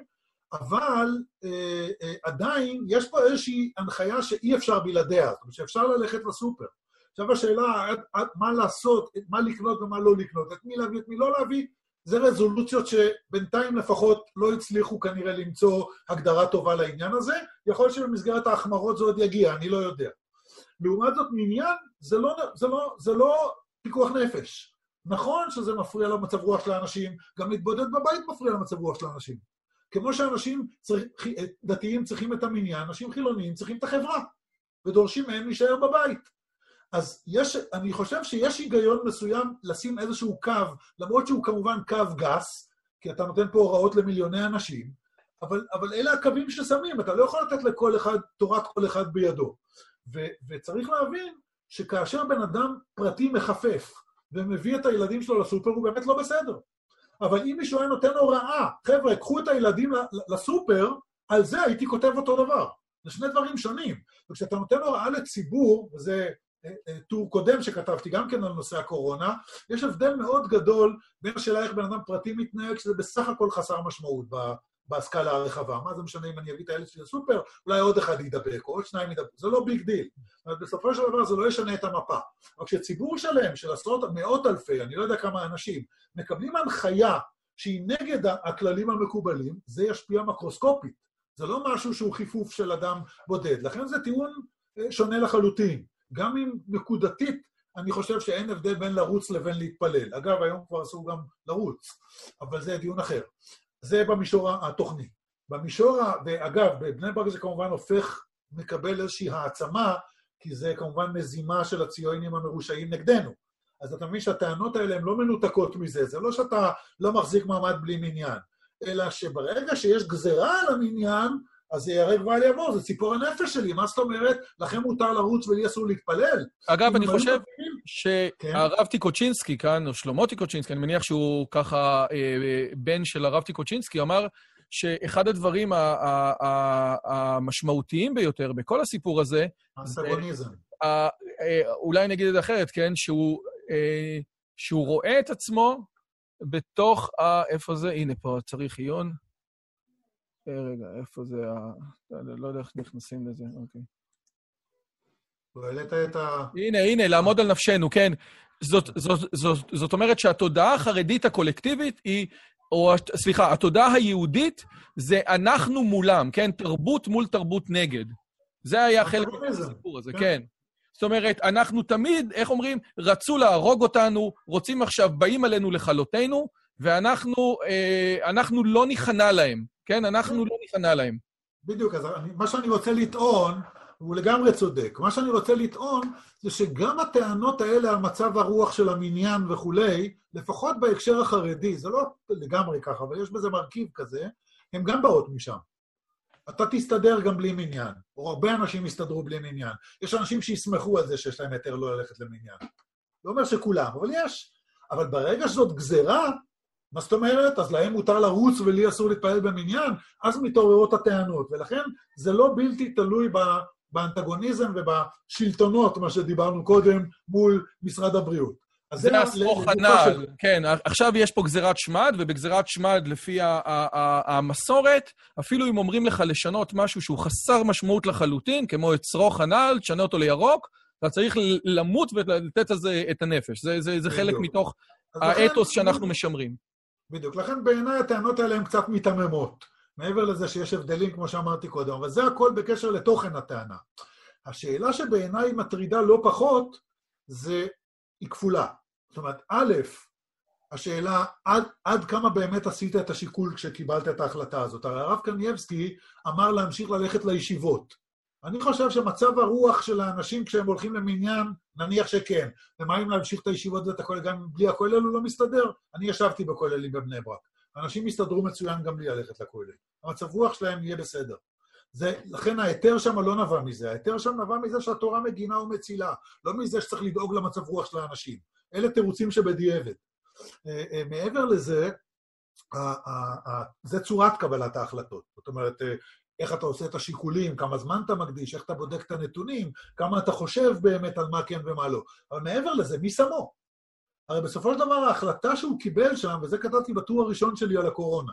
אבל אה, אה, עדיין יש פה איזושהי הנחיה שאי אפשר בלעדיה, זאת אומרת שאפשר ללכת לסופר. עכשיו השאלה, מה לעשות, מה לקנות ומה לא לקנות, את מי להביא, את מי לא להביא, זה רזולוציות שבינתיים לפחות לא הצליחו כנראה למצוא הגדרה טובה לעניין הזה, יכול להיות שבמסגרת ההחמרות זה עוד יגיע, אני לא יודע. לעומת זאת, מעניין, זה לא, זה לא, זה לא פיקוח נפש. נכון שזה מפריע למצב רוח של האנשים, גם להתבודד בבית מפריע למצב רוח של האנשים. כמו שאנשים צריך, דתיים צריכים את המניין, אנשים חילוניים צריכים את החברה, ודורשים מהם להישאר בבית. אז יש, אני חושב שיש היגיון מסוים לשים איזשהו קו, למרות שהוא כמובן קו גס, כי אתה נותן פה הוראות למיליוני אנשים, אבל, אבל אלה הקווים ששמים, אתה לא יכול לתת לכל אחד, תורת כל אחד בידו. ו, וצריך להבין שכאשר בן אדם פרטי מחפף, ומביא את הילדים שלו לסופר, הוא באמת לא בסדר. אבל אם מישהו היה נותן הוראה, חבר'ה, קחו את הילדים לסופר, על זה הייתי כותב אותו דבר. זה שני דברים שונים. וכשאתה נותן הוראה לציבור, וזה טור קודם שכתבתי גם כן על נושא הקורונה, יש הבדל מאוד גדול בין השאלה איך בן אדם פרטי מתנהג, שזה בסך הכל חסר משמעות בהשכלה הרחבה. מה זה משנה אם אני אביא את הילד שלי לסופר, אולי עוד אחד ידבק, או עוד שניים ידבק, זה לא ביג דיל. אבל בסופו של דבר זה לא ישנה את המפה. אבל כשציבור שלם של עשרות, מאות אלפי, אני לא יודע כמה אנשים, מקבלים הנחיה שהיא נגד הכללים המקובלים, זה ישפיע מקרוסקופית. זה לא משהו שהוא חיפוף של אדם בודד. לכן זה טיעון שונה לחלוטין. גם אם נקודתית, אני חושב שאין הבדל בין לרוץ לבין להתפלל. אגב, היום כבר עשו גם לרוץ, אבל זה דיון אחר. זה במישור התוכני. במישור, ואגב, בבני ברק זה כמובן הופך, מקבל איזושהי העצמה, כי זה כמובן מזימה של הציונים המרושעים נגדנו. אז אתה מבין שהטענות האלה הן לא מנותקות מזה, זה לא שאתה לא מחזיק מעמד בלי מניין, אלא שברגע שיש גזרה על המניין, אז זה ירק ועל יעבור, זה ציפור הנפש שלי, מה זאת אומרת? לכם מותר לרוץ ולי אסור להתפלל. אגב, אני חושב שהרב טיקוצ'ינסקי כאן, או שלמה טיקוצ'ינסקי, אני מניח שהוא ככה בן של הרב טיקוצ'ינסקי, אמר שאחד הדברים המשמעותיים ביותר בכל הסיפור הזה, האנטגוניזם. אולי נגיד את זה אחרת, כן? שהוא רואה את עצמו בתוך, איפה זה? הנה פה, צריך עיון. רגע, איפה זה ה... לא יודע איך נכנסים לזה, אוקיי. הוא העלית את ה... הנה, הנה, לעמוד על נפשנו, כן. זאת, זאת, זאת, זאת אומרת שהתודעה החרדית הקולקטיבית היא, או סליחה, התודעה היהודית זה אנחנו מולם, כן? תרבות מול תרבות נגד. זה היה חלק מהסיפור הזה, כן. זאת אומרת, אנחנו תמיד, איך אומרים, רצו להרוג אותנו, רוצים עכשיו, באים עלינו לכלותנו, ואנחנו אה, אנחנו לא נכנע להם. כן, אנחנו לא נכנע להם. בדיוק, אז אני, מה שאני רוצה לטעון, הוא לגמרי צודק. מה שאני רוצה לטעון, זה שגם הטענות האלה על מצב הרוח של המניין וכולי, לפחות בהקשר החרדי, זה לא לגמרי ככה, אבל יש בזה מרכיב כזה, הם גם באות משם. אתה תסתדר גם בלי מניין, או הרבה אנשים יסתדרו בלי מניין. יש אנשים שישמחו על זה שיש להם יותר לא ללכת למניין. לא אומר שכולם, אבל יש. אבל ברגע שזאת גזרה, מה זאת אומרת? אז להם מותר לרוץ ולי אסור להתפעל במניין, אז מתעוררות הטענות, ולכן זה לא בלתי תלוי באנטגוניזם ובשלטונות, מה שדיברנו קודם, מול משרד הבריאות. זה הסרוך הנעל, כן, עכשיו יש פה גזירת שמד, ובגזירת שמד לפי המסורת, אפילו אם אומרים לך לשנות משהו שהוא חסר משמעות לחלוטין, כמו את סרוך הנעל, תשנה אותו לירוק, אתה צריך למות ולתת לזה את הנפש. זה חלק מתוך האתוס שאנחנו משמרים. בדיוק, לכן בעיניי הטענות האלה הן קצת מתעממות, מעבר לזה שיש הבדלים כמו שאמרתי קודם, אבל זה הכל בקשר לתוכן הטענה. השאלה שבעיניי מטרידה לא פחות, זה היא כפולה. זאת אומרת, א', השאלה עד, עד כמה באמת עשית את השיקול כשקיבלת את ההחלטה הזאת. הרי הרב קנייבסקי אמר להמשיך ללכת לישיבות. אני חושב שמצב הרוח של האנשים כשהם הולכים למניין, נניח שכן, ומה אם להמשיך את הישיבות ואת הכולל, גם בלי הכולל הוא לא מסתדר? אני ישבתי בכוללים בבני ברק. אנשים יסתדרו מצוין גם בלי ללכת לכולל. המצב רוח שלהם יהיה בסדר. זה, לכן ההיתר שם לא נבע מזה. ההיתר שם נבע מזה שהתורה מגינה ומצילה, לא מזה שצריך לדאוג למצב רוח של האנשים. אלה תירוצים שבדיעבד. מעבר לזה, זה צורת קבלת ההחלטות. זאת אומרת, איך אתה עושה את השיקולים, כמה זמן אתה מקדיש, איך אתה בודק את הנתונים, כמה אתה חושב באמת על מה כן ומה לא. אבל מעבר לזה, מי שמו? הרי בסופו של דבר ההחלטה שהוא קיבל שם, וזה כתבתי בטור הראשון שלי על הקורונה,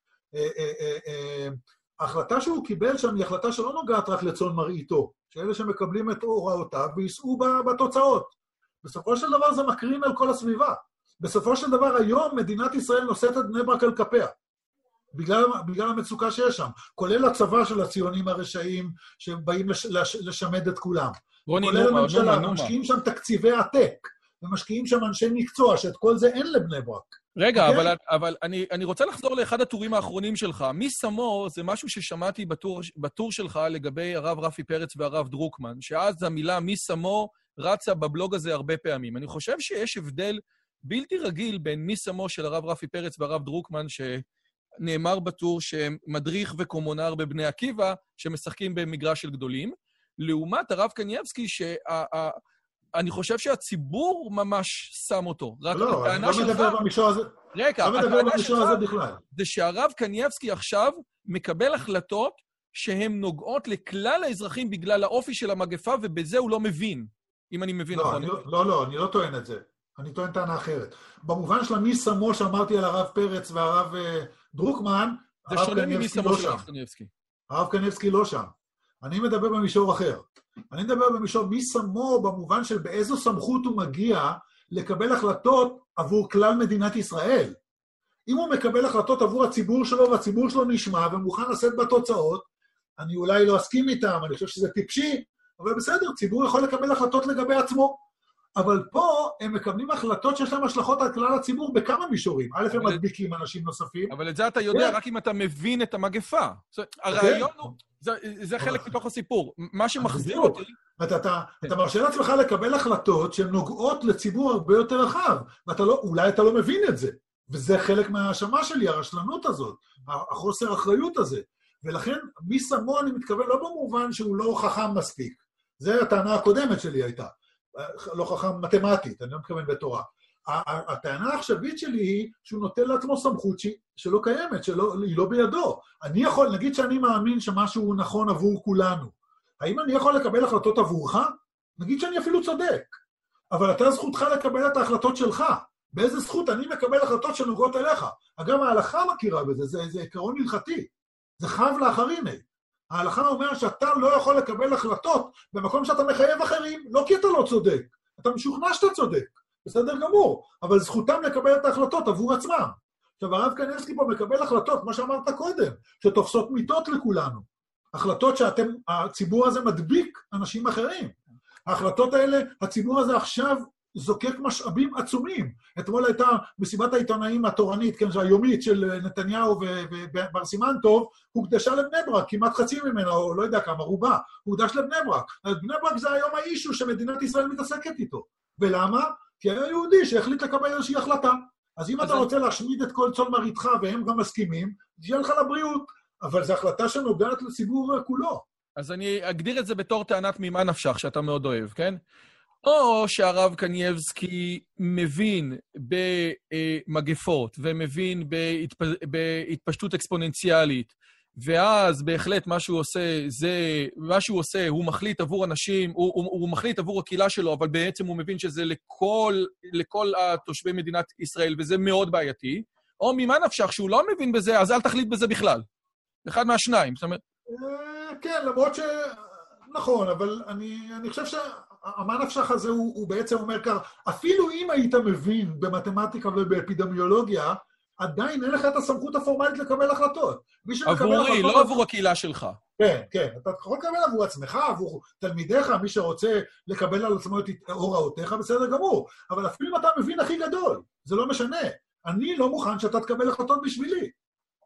ההחלטה שהוא קיבל שם היא החלטה שלא נוגעת רק לצאן מרעיתו, שאלה שמקבלים את הוראותיו ויישאו בתוצאות. בסופו של דבר זה מקרין על כל הסביבה. בסופו של דבר היום מדינת ישראל נושאת את בני ברק על כפיה. בגלל, בגלל המצוקה שיש שם, כולל הצבא של הציונים הרשעים שבאים לש, לש, לשמד את כולם. רוני, כולל נומה, הממשלה, נומה, נומה. משקיעים שם תקציבי עתק, ומשקיעים שם אנשי מקצוע, שאת כל זה אין לבני ברק. רגע, okay? אבל, אבל אני, אני רוצה לחזור לאחד הטורים האחרונים שלך. מי שמו זה משהו ששמעתי בטור, בטור שלך לגבי הרב רפי פרץ והרב דרוקמן, שאז המילה מי שמו רצה בבלוג הזה הרבה פעמים. אני חושב שיש הבדל בלתי רגיל בין מי שמו של הרב רפי פרץ והרב דרוקמן, שנאמר בטור שמדריך וקומונר בבני עקיבא, שמשחקים במגרש של גדולים, לעומת הרב קנייבסקי, שאני חושב שהציבור ממש שם אותו. לא, אני לא מדבר במישור הזה. רגע, לא מדבר במישור הזה בכלל. זה שהרב קנייבסקי עכשיו מקבל החלטות שהן נוגעות לכלל האזרחים בגלל האופי של המגפה, ובזה הוא לא מבין, אם אני מבין נכון. לא, לא, אני לא טוען את זה. אני טוען טענה אחרת. במובן של מי שמו שאמרתי על הרב פרץ והרב דרוקמן, זה שונה ממי שמו של הרב קנייבסקי. הרב קנייבסקי לא שם. אני מדבר במישור אחר. אני מדבר במישור מי שמו במובן של באיזו סמכות הוא מגיע לקבל החלטות עבור כלל מדינת ישראל. אם הוא מקבל החלטות עבור הציבור שלו, והציבור שלו נשמע ומוכן לשאת בתוצאות, אני אולי לא אסכים איתם, אני חושב שזה טיפשי, אבל בסדר, ציבור יכול לקבל החלטות לגבי עצמו. אבל פה הם מקבלים החלטות שיש להם השלכות על כלל הציבור בכמה מישורים. א', הם מדביקים אנשים נוספים. אבל את זה אתה יודע רק אם אתה מבין את המגפה. הרעיון הוא, זה חלק מתוך הסיפור. מה שמחזיר אותי... אתה מרשה לעצמך לקבל החלטות שהן נוגעות לציבור הרבה יותר רחב, ואולי אתה לא מבין את זה. וזה חלק מההאשמה שלי, הרשלנות הזאת, החוסר אחריות הזה. ולכן, מי שמו אני מתכוון לא במובן שהוא לא חכם מספיק. זו הטענה הקודמת שלי הייתה. לא חכם מתמטית, אני לא מתכוון בתורה. הטענה העכשווית שלי היא שהוא נותן לעצמו סמכות שלא קיימת, שהיא לא בידו. אני יכול, נגיד שאני מאמין שמשהו נכון עבור כולנו. האם אני יכול לקבל החלטות עבורך? נגיד שאני אפילו צודק. אבל אתה זכותך לקבל את ההחלטות שלך. באיזה זכות אני מקבל החלטות שנוגעות אליך? אגב, ההלכה מכירה בזה, זה, זה עקרון הלכתי. זה חב לאחריני. ההלכה אומר שאתה לא יכול לקבל החלטות במקום שאתה מחייב אחרים, לא כי אתה לא צודק, אתה משוכנע שאתה צודק, בסדר גמור, אבל זכותם לקבל את ההחלטות עבור עצמם. עכשיו, הרב קנייבסקי פה מקבל החלטות, מה שאמרת קודם, שתופסות מיטות לכולנו. החלטות שאתם, הציבור הזה מדביק אנשים אחרים. ההחלטות האלה, הציבור הזה עכשיו זוקק משאבים עצומים. אתמול הייתה מסיבת העיתונאים התורנית, כן, היומית של נתניהו ובר סימן טוב, הוקדשה לבני ברק, כמעט חצי ממנה, או לא יודע כמה, רובה, הוקדש לבני ברק. בני ברק זה היום האישו שמדינת ישראל מתעסקת איתו. ולמה? כי היה יהודי שהחליט לקבל איזושהי החלטה. אז אם אתה רוצה להשמיד את כל צאן מרעיתך, והם גם מסכימים, תהיה לך לבריאות. אבל זו החלטה שנוגעת לציבור כולו. אז אני אגדיר את זה בתור טענת ממה נפשך, שאתה מאוד אוהב, כן? או שהרב קנייבסקי מבין במגפות, ומבין בהתפשטות אקספוננציאלית, ואז בהחלט מה שהוא עושה, זה, מה שהוא עושה, הוא מחליט עבור אנשים, הוא, הוא, הוא מחליט עבור הקהילה שלו, אבל בעצם הוא מבין שזה לכל, לכל התושבי מדינת ישראל, וזה מאוד בעייתי. או ממה נפשך שהוא לא מבין בזה, אז אל תחליט בזה בכלל. אחד מהשניים, זאת אומרת... כן, למרות ש... נכון, אבל אני, אני חושב שהמה נפשך הזה הוא, הוא בעצם אומר כך, אפילו אם היית מבין במתמטיקה ובאפידמיולוגיה, עדיין אין לך את הסמכות הפורמלית לקבל החלטות. עבורי, החלטות... לא עבור הקהילה שלך. כן, כן. אתה יכול לקבל עבור עצמך, עבור תלמידיך, מי שרוצה לקבל על עצמו את הוראותיך, בסדר גמור. אבל אפילו אם אתה מבין הכי גדול, זה לא משנה. אני לא מוכן שאתה תקבל החלטות בשבילי.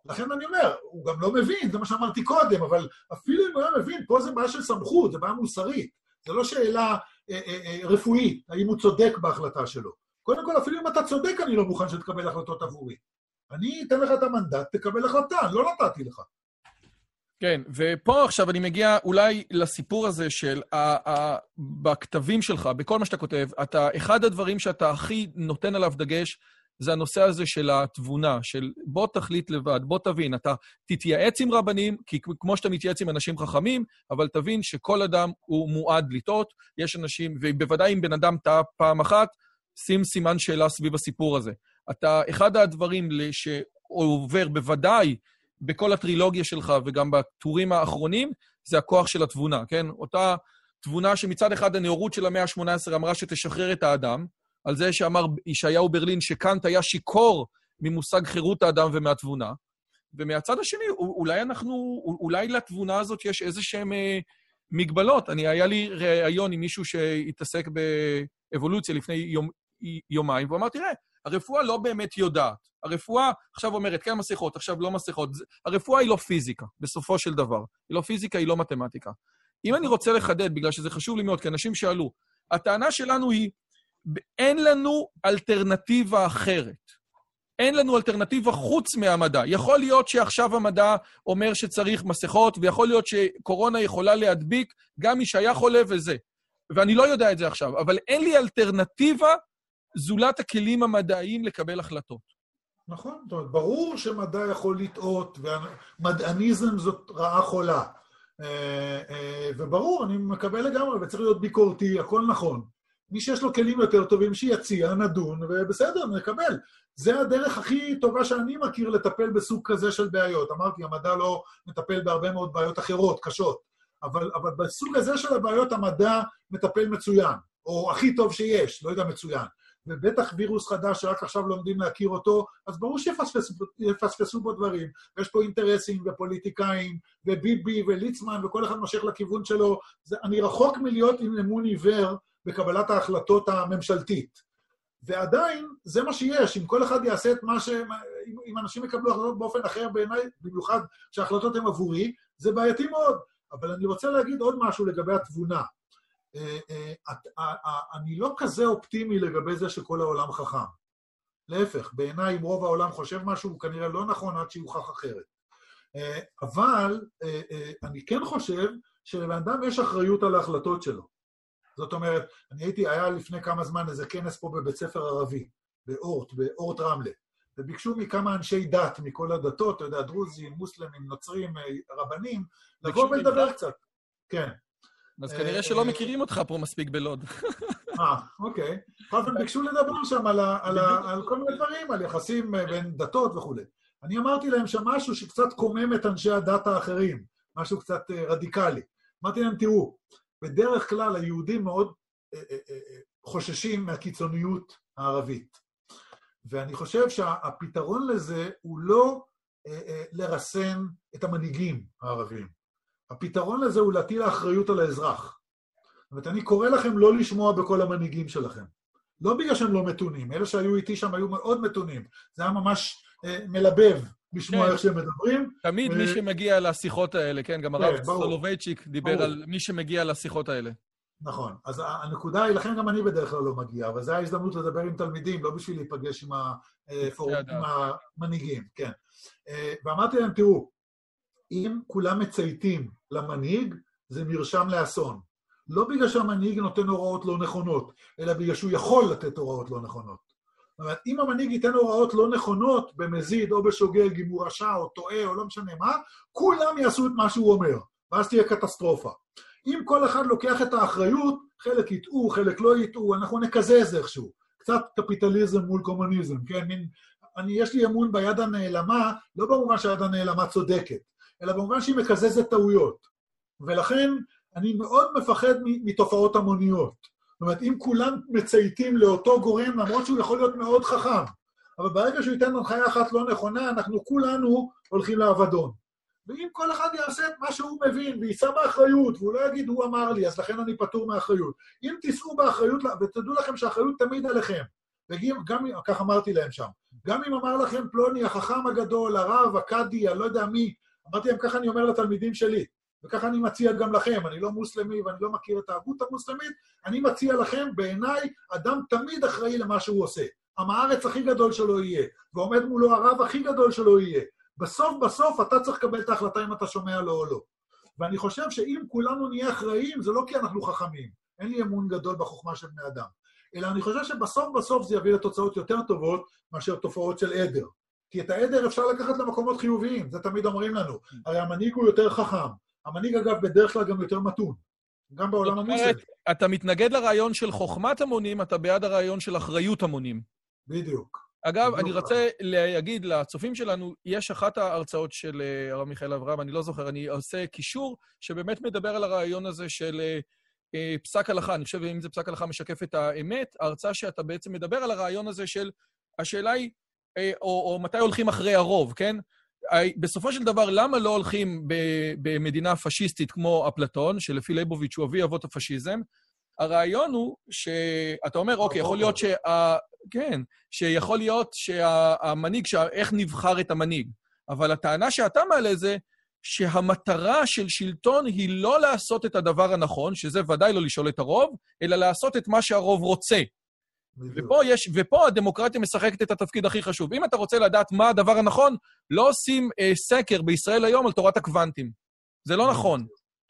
לכן אני אומר, הוא גם לא מבין, זה מה שאמרתי קודם, אבל אפילו אם הוא היה מבין, פה זה בעיה של סמכות, זה בעיה מוסרית. זה לא שאלה אה, אה, אה, רפואית, האם הוא צודק בהחלטה שלו. קודם כל, אפילו אם אתה צודק, אני לא מוכן שתקבל החלטות עבורי. אני אתן לך את המנדט, תקבל החלטה, לא נתתי לך. כן, ופה עכשיו אני מגיע אולי לסיפור הזה של ה- ה- בכתבים שלך, בכל מה שאתה כותב, אתה, אחד הדברים שאתה הכי נותן עליו דגש, זה הנושא הזה של התבונה, של בוא תחליט לבד, בוא תבין, אתה תתייעץ עם רבנים, כי כמו שאתה מתייעץ עם אנשים חכמים, אבל תבין שכל אדם הוא מועד לטעות, יש אנשים, ובוודאי אם בן אדם טעה פעם אחת, שים סימן שאלה סביב הסיפור הזה. אתה, אחד הדברים שעובר בוודאי בכל הטרילוגיה שלך וגם בטורים האחרונים, זה הכוח של התבונה, כן? אותה תבונה שמצד אחד הנאורות של המאה ה-שמונה עשרה אמרה שתשחרר את האדם, על זה שאמר ישעיהו ברלין שקאנט היה שיקור ממושג חירות האדם ומהתבונה, ומהצד השני, אולי אנחנו, אולי לתבונה הזאת יש איזה שהם מגבלות. אני, היה לי ראיון עם מישהו שהתעסק באבולוציה לפני יום, יומיים, והוא אמר, תראה, הרפואה לא באמת יודעת. הרפואה עכשיו אומרת, כן מסכות, עכשיו לא מסכות. הרפואה היא לא פיזיקה, בסופו של דבר. היא לא פיזיקה, היא לא מתמטיקה. אם אני רוצה לחדד, בגלל שזה חשוב לי מאוד, כי אנשים שאלו, הטענה שלנו היא, אין לנו אלטרנטיבה אחרת. אין לנו אלטרנטיבה חוץ מהמדע. יכול להיות שעכשיו המדע אומר שצריך מסכות, ויכול להיות שקורונה יכולה להדביק גם מי שהיה חולה וזה. ואני לא יודע את זה עכשיו, אבל אין לי אלטרנטיבה זולת הכלים המדעיים לקבל החלטות. נכון, זאת אומרת, ברור שמדע יכול לטעות, ומדעניזם זאת רעה חולה. וברור, אני מקבל לגמרי, וצריך להיות ביקורתי, הכל נכון. מי שיש לו כלים יותר טובים שיציע, נדון, ובסדר, נקבל. זה הדרך הכי טובה שאני מכיר לטפל בסוג כזה של בעיות. אמרתי, המדע לא מטפל בהרבה מאוד בעיות אחרות, קשות, אבל, אבל בסוג הזה של הבעיות המדע מטפל מצוין, או הכי טוב שיש, לא יודע מצוין. ובטח וירוס חדש שרק עכשיו לומדים להכיר אותו, אז ברור שיפספסו בו דברים. ויש פה אינטרסים ופוליטיקאים, וביבי וליצמן, וכל אחד מושך לכיוון שלו. זה, אני רחוק מלהיות עם אמון עיוור בקבלת ההחלטות הממשלתית. ועדיין, זה מה שיש. אם כל אחד יעשה את מה ש... אם, אם אנשים יקבלו החלטות באופן אחר בעיניי, במיוחד שההחלטות הן עבורי, זה בעייתי מאוד. אבל אני רוצה להגיד עוד משהו לגבי התבונה. אני לא כזה אופטימי לגבי זה שכל העולם חכם. להפך, בעיניי אם רוב העולם חושב משהו, הוא כנראה לא נכון עד שיוכח אחרת. אבל אני כן חושב שלבן אדם יש אחריות על ההחלטות שלו. זאת אומרת, אני הייתי, היה לפני כמה זמן איזה כנס פה בבית ספר ערבי, באורט, באורט רמלה, וביקשו מכמה אנשי דת מכל הדתות, אתה יודע, דרוזים, מוסלמים, נוצרים, רבנים, לבוא ולדבר קצת. כן. אז כנראה שלא מכירים אותך פה מספיק בלוד. אה, אוקיי. אבל ביקשו לדבר שם על כל מיני דברים, על יחסים בין דתות וכו'. אני אמרתי להם שם משהו שקצת קומם את אנשי הדת האחרים, משהו קצת רדיקלי. אמרתי להם, תראו, בדרך כלל היהודים מאוד חוששים מהקיצוניות הערבית. ואני חושב שהפתרון לזה הוא לא לרסן את המנהיגים הערבים. הפתרון לזה הוא להטיל האחריות על האזרח. זאת אומרת, אני קורא לכם לא לשמוע בכל המנהיגים שלכם. לא בגלל שהם לא מתונים, אלה שהיו איתי שם היו מאוד מתונים. זה היה ממש אה, מלבב לשמוע כן. איך שהם מדברים. תמיד ו... מי שמגיע לשיחות האלה, כן, גם הרב כן, סולובייצ'יק דיבר ברור. על מי שמגיע לשיחות האלה. נכון, אז הנקודה היא, לכן גם אני בדרך כלל לא מגיע, אבל זו ההזדמנות לדבר עם תלמידים, לא בשביל להיפגש עם, הפורום, עם המנהיגים, כן. ואמרתי להם, תראו, אם כולם מצייתים למנהיג, זה מרשם לאסון. לא בגלל שהמנהיג נותן הוראות לא נכונות, אלא בגלל שהוא יכול לתת הוראות לא נכונות. זאת אומרת, אם המנהיג ייתן הוראות לא נכונות, במזיד או בשוגג, אם הוא רשע או טועה או לא משנה מה, כולם יעשו את מה שהוא אומר, ואז תהיה קטסטרופה. אם כל אחד לוקח את האחריות, חלק יטעו, חלק לא יטעו, אנחנו נקזז איכשהו. קצת קפיטליזם מול קומוניזם, כן? מין, אני, יש לי אמון ביד הנעלמה, לא במובן שהיד הנעלמה צודקת, אלא במובן שהיא מקזזת טעויות. ולכן אני מאוד מפחד מתופעות המוניות. זאת אומרת, אם כולם מצייתים לאותו גורם, למרות שהוא יכול להיות מאוד חכם, אבל ברגע שהוא ייתן הנחיה אחת לא נכונה, אנחנו כולנו הולכים לאבדון. ואם כל אחד יעשה את מה שהוא מבין, ויישא באחריות, והוא לא יגיד, הוא אמר לי, אז לכן אני פטור מאחריות. אם תישאו באחריות, ותדעו לכם שהאחריות תמיד עליכם. וגם, כך אמרתי להם שם, גם אם אמר לכם פלוני, החכם הגדול, הרב, הקאדי, אני לא יודע מי, אמרתי להם, ככה אני אומר לתלמידים שלי, וככה אני מציע גם לכם, אני לא מוסלמי ואני לא מכיר את ההגות המוסלמית, אני מציע לכם, בעיניי, אדם תמיד אחראי למה שהוא עושה. עם הארץ הכי גדול שלו יהיה, ועומד מולו הרב הכי גדול שלו יהיה. בסוף, בסוף, אתה צריך לקבל את ההחלטה אם אתה שומע לו או לא. ואני חושב שאם כולנו נהיה אחראיים, זה לא כי אנחנו חכמים. אין לי אמון גדול בחוכמה של בני אדם. אלא אני חושב שבסוף, בסוף זה יביא לתוצאות יותר טובות מאשר תופעות של עדר. כי את העדר אפשר לקחת למקומות חיוביים, זה תמיד אומרים לנו. הרי המנהיג הוא יותר חכם. המנהיג, אגב, בדרך כלל גם יותר מתון. גם בעולם המוסלמי. אתה מתנגד לרעיון של חוכמת המונים, אתה בעד הרעיון של אחריות המונים. בדיוק. אגב, אני רוצה להגיד לצופים שלנו, יש אחת ההרצאות של הרב מיכאל אברהם, אני לא זוכר, אני עושה קישור שבאמת מדבר על הרעיון הזה של פסק הלכה. אני חושב, אם זה פסק הלכה משקף את האמת, ההרצאה שאתה בעצם מדבר על הרעיון הזה של, השאלה היא, או, או מתי הולכים אחרי הרוב, כן? בסופו של דבר, למה לא הולכים במדינה פשיסטית כמו אפלטון, שלפי ליבוביץ' הוא אבי אבות הפשיזם? הרעיון הוא שאתה אומר, אוקיי, יכול להיות שה... כן, שיכול להיות שהמנהיג, איך נבחר את המנהיג. אבל הטענה שאתה מעלה זה שהמטרה של שלטון היא לא לעשות את הדבר הנכון, שזה ודאי לא לשאול את הרוב, אלא לעשות את מה שהרוב רוצה. ופה, יש, ופה הדמוקרטיה משחקת את התפקיד הכי חשוב. אם אתה רוצה לדעת מה הדבר הנכון, לא עושים אה, סקר בישראל היום על תורת הקוונטים. זה לא נכון.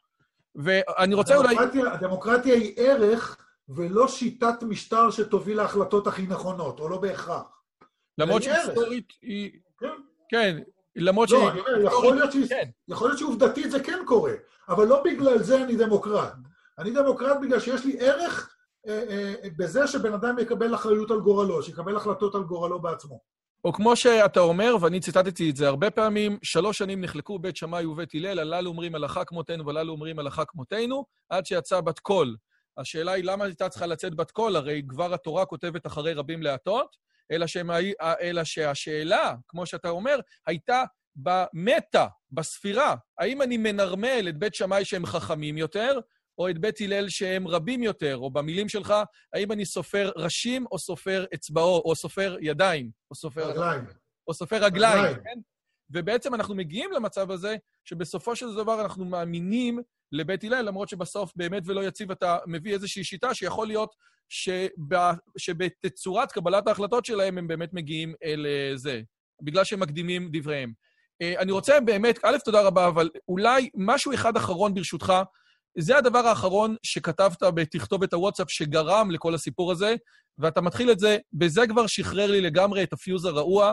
ואני רוצה הדמוקרטיה, אולי... הדמוקרטיה היא ערך ולא שיטת משטר שתוביל להחלטות הכי נכונות, או לא בהכרח. למרות שהיסטורית היא... כן. כן, למרות לא, שהיא... אני אומר, יכול להיות, ש... כן. יכול להיות שעובדתית זה כן קורה, אבל לא בגלל זה אני דמוקרט. אני דמוקרט בגלל שיש לי ערך אה, אה, בזה שבן אדם יקבל אחריות על גורלו, שיקבל החלטות על גורלו בעצמו. או כמו שאתה אומר, ואני ציטטתי את זה הרבה פעמים, שלוש שנים נחלקו בית שמאי ובית הלל, הללו אומרים הלכה כמותנו והללו אומרים הלכה כמותנו, עד שיצא בת קול. השאלה היא למה הייתה צריכה לצאת בת קול, הרי כבר התורה כותבת אחרי רבים להטות, אלא, שמה, אלא שהשאלה, כמו שאתה אומר, הייתה במטה, בספירה. האם אני מנרמל את בית שמאי שהם חכמים יותר, או את בית הלל שהם רבים יותר, או במילים שלך, האם אני סופר ראשים או סופר אצבעו, או סופר ידיים, או סופר רגליים. או סופר רגליים, רגליים. כן? ובעצם אנחנו מגיעים למצב הזה, שבסופו של דבר אנחנו מאמינים לבית הלל, למרות שבסוף באמת ולא יציב אתה מביא איזושהי שיטה, שיכול להיות שבה, שבתצורת קבלת ההחלטות שלהם הם באמת מגיעים אל זה, בגלל שהם מקדימים דבריהם. אני רוצה באמת, א', תודה רבה, אבל אולי משהו אחד אחרון ברשותך, זה הדבר האחרון שכתבת בתכתובת הוואטסאפ שגרם לכל הסיפור הזה, ואתה מתחיל את זה, בזה כבר שחרר לי לגמרי את הפיוז הרעוע,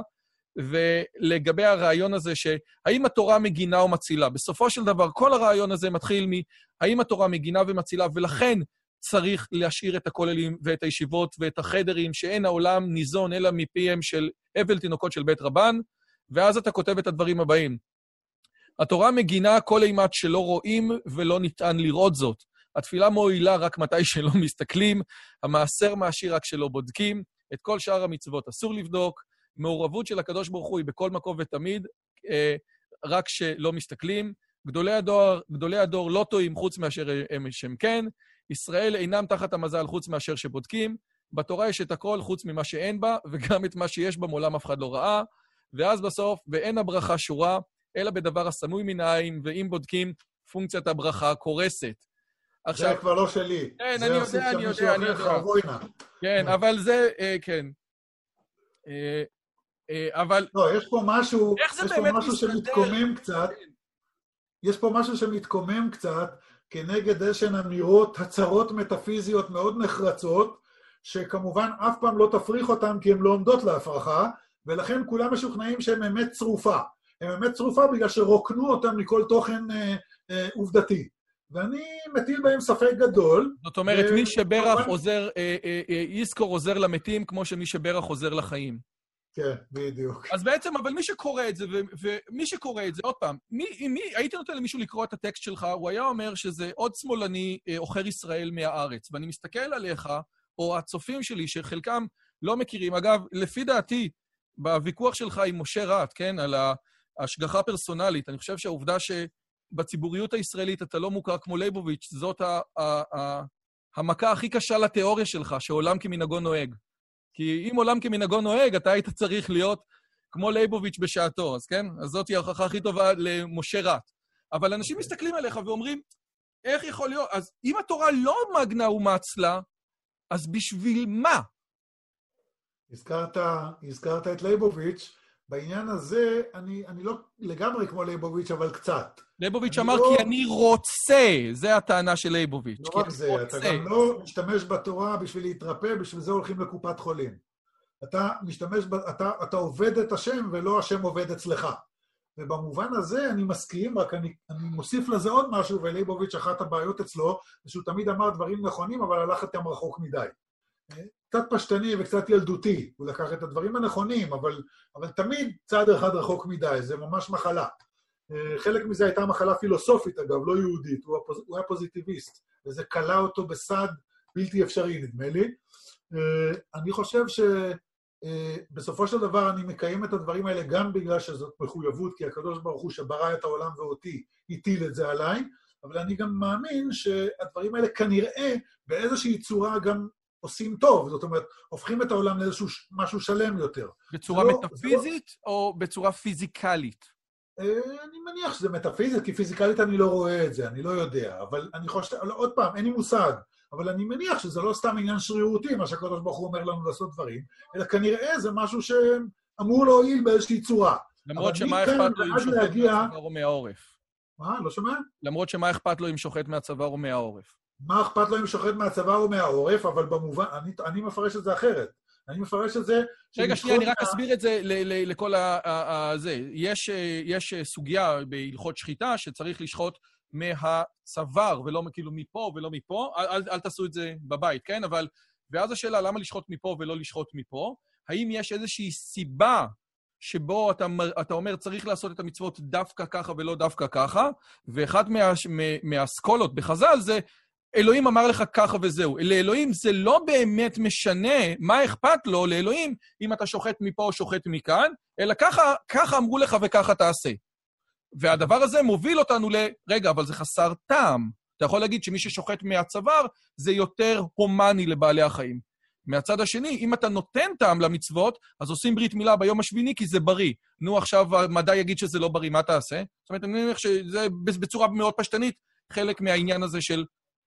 ולגבי הרעיון הזה שהאם התורה מגינה או מצילה. בסופו של דבר, כל הרעיון הזה מתחיל מהאם התורה מגינה ומצילה, ולכן צריך להשאיר את הכוללים ואת הישיבות ואת החדרים, שאין העולם ניזון אלא מפיהם של אבל תינוקות של בית רבן, ואז אתה כותב את הדברים הבאים. התורה מגינה כל אימת שלא רואים ולא ניתן לראות זאת. התפילה מועילה רק מתי שלא מסתכלים, המעשר מעשיר רק שלא בודקים, את כל שאר המצוות אסור לבדוק, מעורבות של הקדוש ברוך הוא היא בכל מקום ותמיד, אה, רק שלא מסתכלים. גדולי הדור, גדולי הדור לא טועים חוץ מאשר הם שהם כן. ישראל אינם תחת המזל חוץ מאשר שבודקים. בתורה יש את הכל חוץ ממה שאין בה, וגם את מה שיש בה מעולם אף אחד לא ראה. ואז בסוף, ואין הברכה שורה, אלא בדבר הסמוי מן העין, ואם בודקים, פונקציית הברכה קורסת. עכשיו, זה כבר לא שלי. כן, אני יודע, אני יודע, אני יודע. כן, אבל זה, כן. אבל... לא, יש פה משהו, איך זה יש באמת פה משהו שמתקומם קצת, יש פה משהו שמתקומם קצת, כנגד איזשהן אמירות, הצהרות מטאפיזיות מאוד נחרצות, שכמובן אף פעם לא תפריך אותן, כי הן לא עומדות להפרחה, ולכן כולם משוכנעים שהן אמת צרופה. הן אמת צרופה בגלל שרוקנו אותן מכל תוכן אה, אה, עובדתי. ואני מטיל בהם ספק גדול. זאת אומרת, ו... מי שברך עוזר, אה, אה, אה, יזכור עוזר למתים, כמו שמי שברך עוזר לחיים. כן, בדיוק. אז בעצם, אבל מי שקורא את זה, ו- ומי שקורא את זה, עוד פעם, מי, מי, הייתי נותן למישהו לקרוא את הטקסט שלך, הוא היה אומר שזה עוד שמאלני אה, עוכר ישראל מהארץ, ואני מסתכל עליך, או הצופים שלי, שחלקם לא מכירים, אגב, לפי דעתי, בוויכוח שלך עם משה רט, כן, על ההשגחה הפרסונלית, אני חושב שהעובדה שבציבוריות הישראלית אתה לא מוכר כמו ליבוביץ', זאת ה- ה- ה- המכה הכי קשה לתיאוריה שלך, שעולם כמנהגו נוהג. כי אם עולם כמנהגו נוהג, אתה היית צריך להיות כמו לייבוביץ' בשעתו, אז כן? אז זאת היא ההוכחה הכי טובה למשה רט. אבל אנשים מסתכלים עליך ואומרים, איך יכול להיות? אז אם התורה לא מגנה ומצלה, אז בשביל מה? הזכרת, הזכרת את לייבוביץ', בעניין הזה אני, אני לא לגמרי כמו לייבוביץ', אבל קצת. לייבוביץ' אמר לא... כי אני רוצה, זה הטענה של לייבוביץ'. לא רק זה, רוצה. אתה גם לא משתמש בתורה בשביל להתרפא, בשביל זה הולכים לקופת חולים. אתה משתמש, אתה, אתה עובד את השם ולא השם עובד אצלך. ובמובן הזה אני מסכים, רק אני, אני מוסיף לזה עוד משהו, ולייבוביץ' אחת הבעיות אצלו, זה שהוא תמיד אמר דברים נכונים, אבל הלך איתם רחוק מדי. קצת פשטני וקצת ילדותי, הוא לקח את הדברים הנכונים, אבל, אבל תמיד צעד אחד רחוק מדי, זה ממש מחלה. חלק מזה הייתה מחלה פילוסופית, אגב, לא יהודית, הוא, הפוז, הוא היה פוזיטיביסט, וזה קלה אותו בסד בלתי אפשרי, נדמה לי. אני חושב שבסופו של דבר אני מקיים את הדברים האלה גם בגלל שזאת מחויבות, כי הקדוש ברוך הוא שברא את העולם ואותי, הטיל את זה עליי, אבל אני גם מאמין שהדברים האלה כנראה באיזושהי צורה גם עושים טוב, זאת אומרת, הופכים את העולם לאיזשהו משהו שלם יותר. בצורה לא, מטאפיזית לא... או בצורה פיזיקלית? אני מניח שזה מטאפיזית, כי פיזיקלית אני לא רואה את זה, אני לא יודע, אבל אני חושב, עוד פעם, אין לי מושג, אבל אני מניח שזה לא סתם עניין שרירותי, מה שהקדוש ברוך הוא אומר לנו לעשות דברים, אלא כנראה זה משהו שאמור להועיל באיזושהי צורה. למרות שמה אכפת לו אם שוחט מהצוואר או מהעורף? מה? לא שומע? למרות שמה אכפת לו אם שוחט מהצוואר או מהעורף? מה אכפת לו אם שוחט מהצוואר או מהעורף, אבל במובן, אני, אני מפרש את זה אחרת. אני מפרש את זה... רגע, שנייה, אני רק אסביר את זה לכל הזה. יש, יש סוגיה בהלכות שחיטה שצריך לשחוט מהצוואר, ולא כאילו מפה ולא מפה. אל, אל תעשו את זה בבית, כן? אבל, ואז השאלה, למה לשחוט מפה ולא לשחוט מפה? האם יש איזושהי סיבה שבו אתה, אתה אומר, צריך לעשות את המצוות דווקא ככה ולא דווקא ככה? ואחת מה, מהאסכולות בחז"ל זה, אלוהים אמר לך ככה וזהו. לאלוהים זה לא באמת משנה מה אכפת לו לאלוהים אם אתה שוחט מפה או שוחט מכאן, אלא ככה, ככה אמרו לך וככה תעשה. והדבר הזה מוביל אותנו ל... רגע, אבל זה חסר טעם. אתה יכול להגיד שמי ששוחט מהצוואר זה יותר הומני לבעלי החיים. מהצד השני, אם אתה נותן טעם למצוות, אז עושים ברית מילה ביום השביעי כי זה בריא. נו, עכשיו המדע יגיד שזה לא בריא, מה תעשה? זאת אומרת, אני מניח שזה בצורה מאוד פשטנית, חלק מהעניין הזה של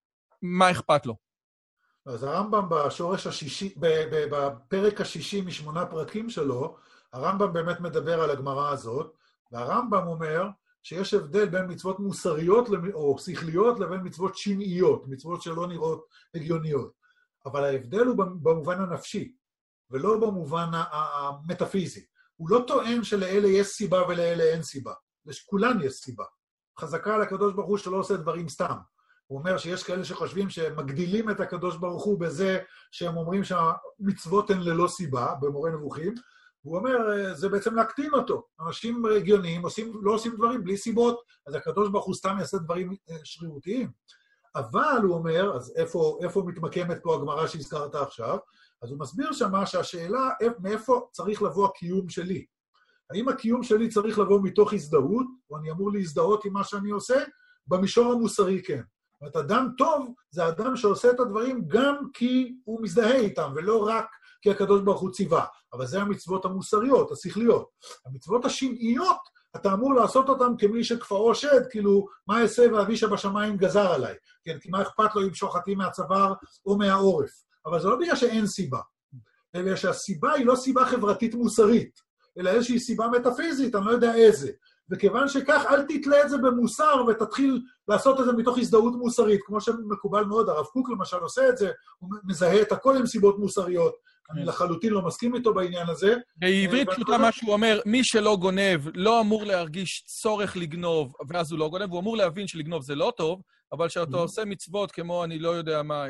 מה אכפת לו. אז הרמב"ם בשורש השישי, בפרק השישי משמונה פרקים שלו, הרמב"ם באמת מדבר על הגמרא הזאת, והרמב"ם אומר שיש הבדל בין מצוות מוסריות או שכליות לבין מצוות שמעיות, מצוות שלא נראות הגיוניות. אבל ההבדל הוא במובן הנפשי, ולא במובן המטאפיזי. הוא לא טוען שלאלה יש סיבה ולאלה אין סיבה. לכולן יש סיבה. חזקה על הקדוש ברוך הוא שלא עושה דברים סתם. הוא אומר שיש כאלה שחושבים שהם מגדילים את הקדוש ברוך הוא בזה שהם אומרים שהמצוות הן ללא סיבה, במורה נבוכים, והוא אומר, זה בעצם להקטין אותו. אנשים רגיוניים עושים, לא עושים דברים בלי סיבות, אז הקדוש ברוך הוא סתם יעשה דברים שרירותיים. אבל הוא אומר, אז איפה, איפה מתמקמת פה הגמרא שהזכרת עכשיו? אז הוא מסביר שמה שהשאלה, מאיפה צריך לבוא הקיום שלי? האם הקיום שלי צריך לבוא מתוך הזדהות, או אני אמור להזדהות עם מה שאני עושה? במישור המוסרי כן. זאת אומרת, אדם טוב זה אדם שעושה את הדברים גם כי הוא מזדהה איתם, ולא רק כי הקדוש ברוך הוא ציווה. אבל זה המצוות המוסריות, השכליות. המצוות השמעיות, אתה אמור לעשות אותם כמי שכפאו שד, כאילו, מה אעשה ואבי שבשמיים גזר עליי? כן, כי מה אכפת לו אם שוחטים מהצוואר או מהעורף? אבל זה לא בגלל שאין סיבה, אלא שהסיבה היא לא סיבה חברתית מוסרית, אלא איזושהי סיבה מטאפיזית, אני לא יודע איזה. וכיוון שכך, אל תתלה את זה במוסר ותתחיל לעשות את זה מתוך הזדהות מוסרית, כמו שמקובל מאוד, הרב קוק למשל עושה את זה, הוא מזהה את הכל עם סיבות מוסריות, אני לחלוטין לא מסכים איתו בעניין הזה. בעברית פשוטה מה שהוא אומר, מי שלא גונב לא אמור להרגיש צורך לגנוב, ואז הוא לא גונב, הוא אמור להבין שלגנוב זה לא טוב, אבל שאתה עושה מצוות כמו, אני לא יודע מה,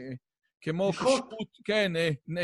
כמו כשרות, כן,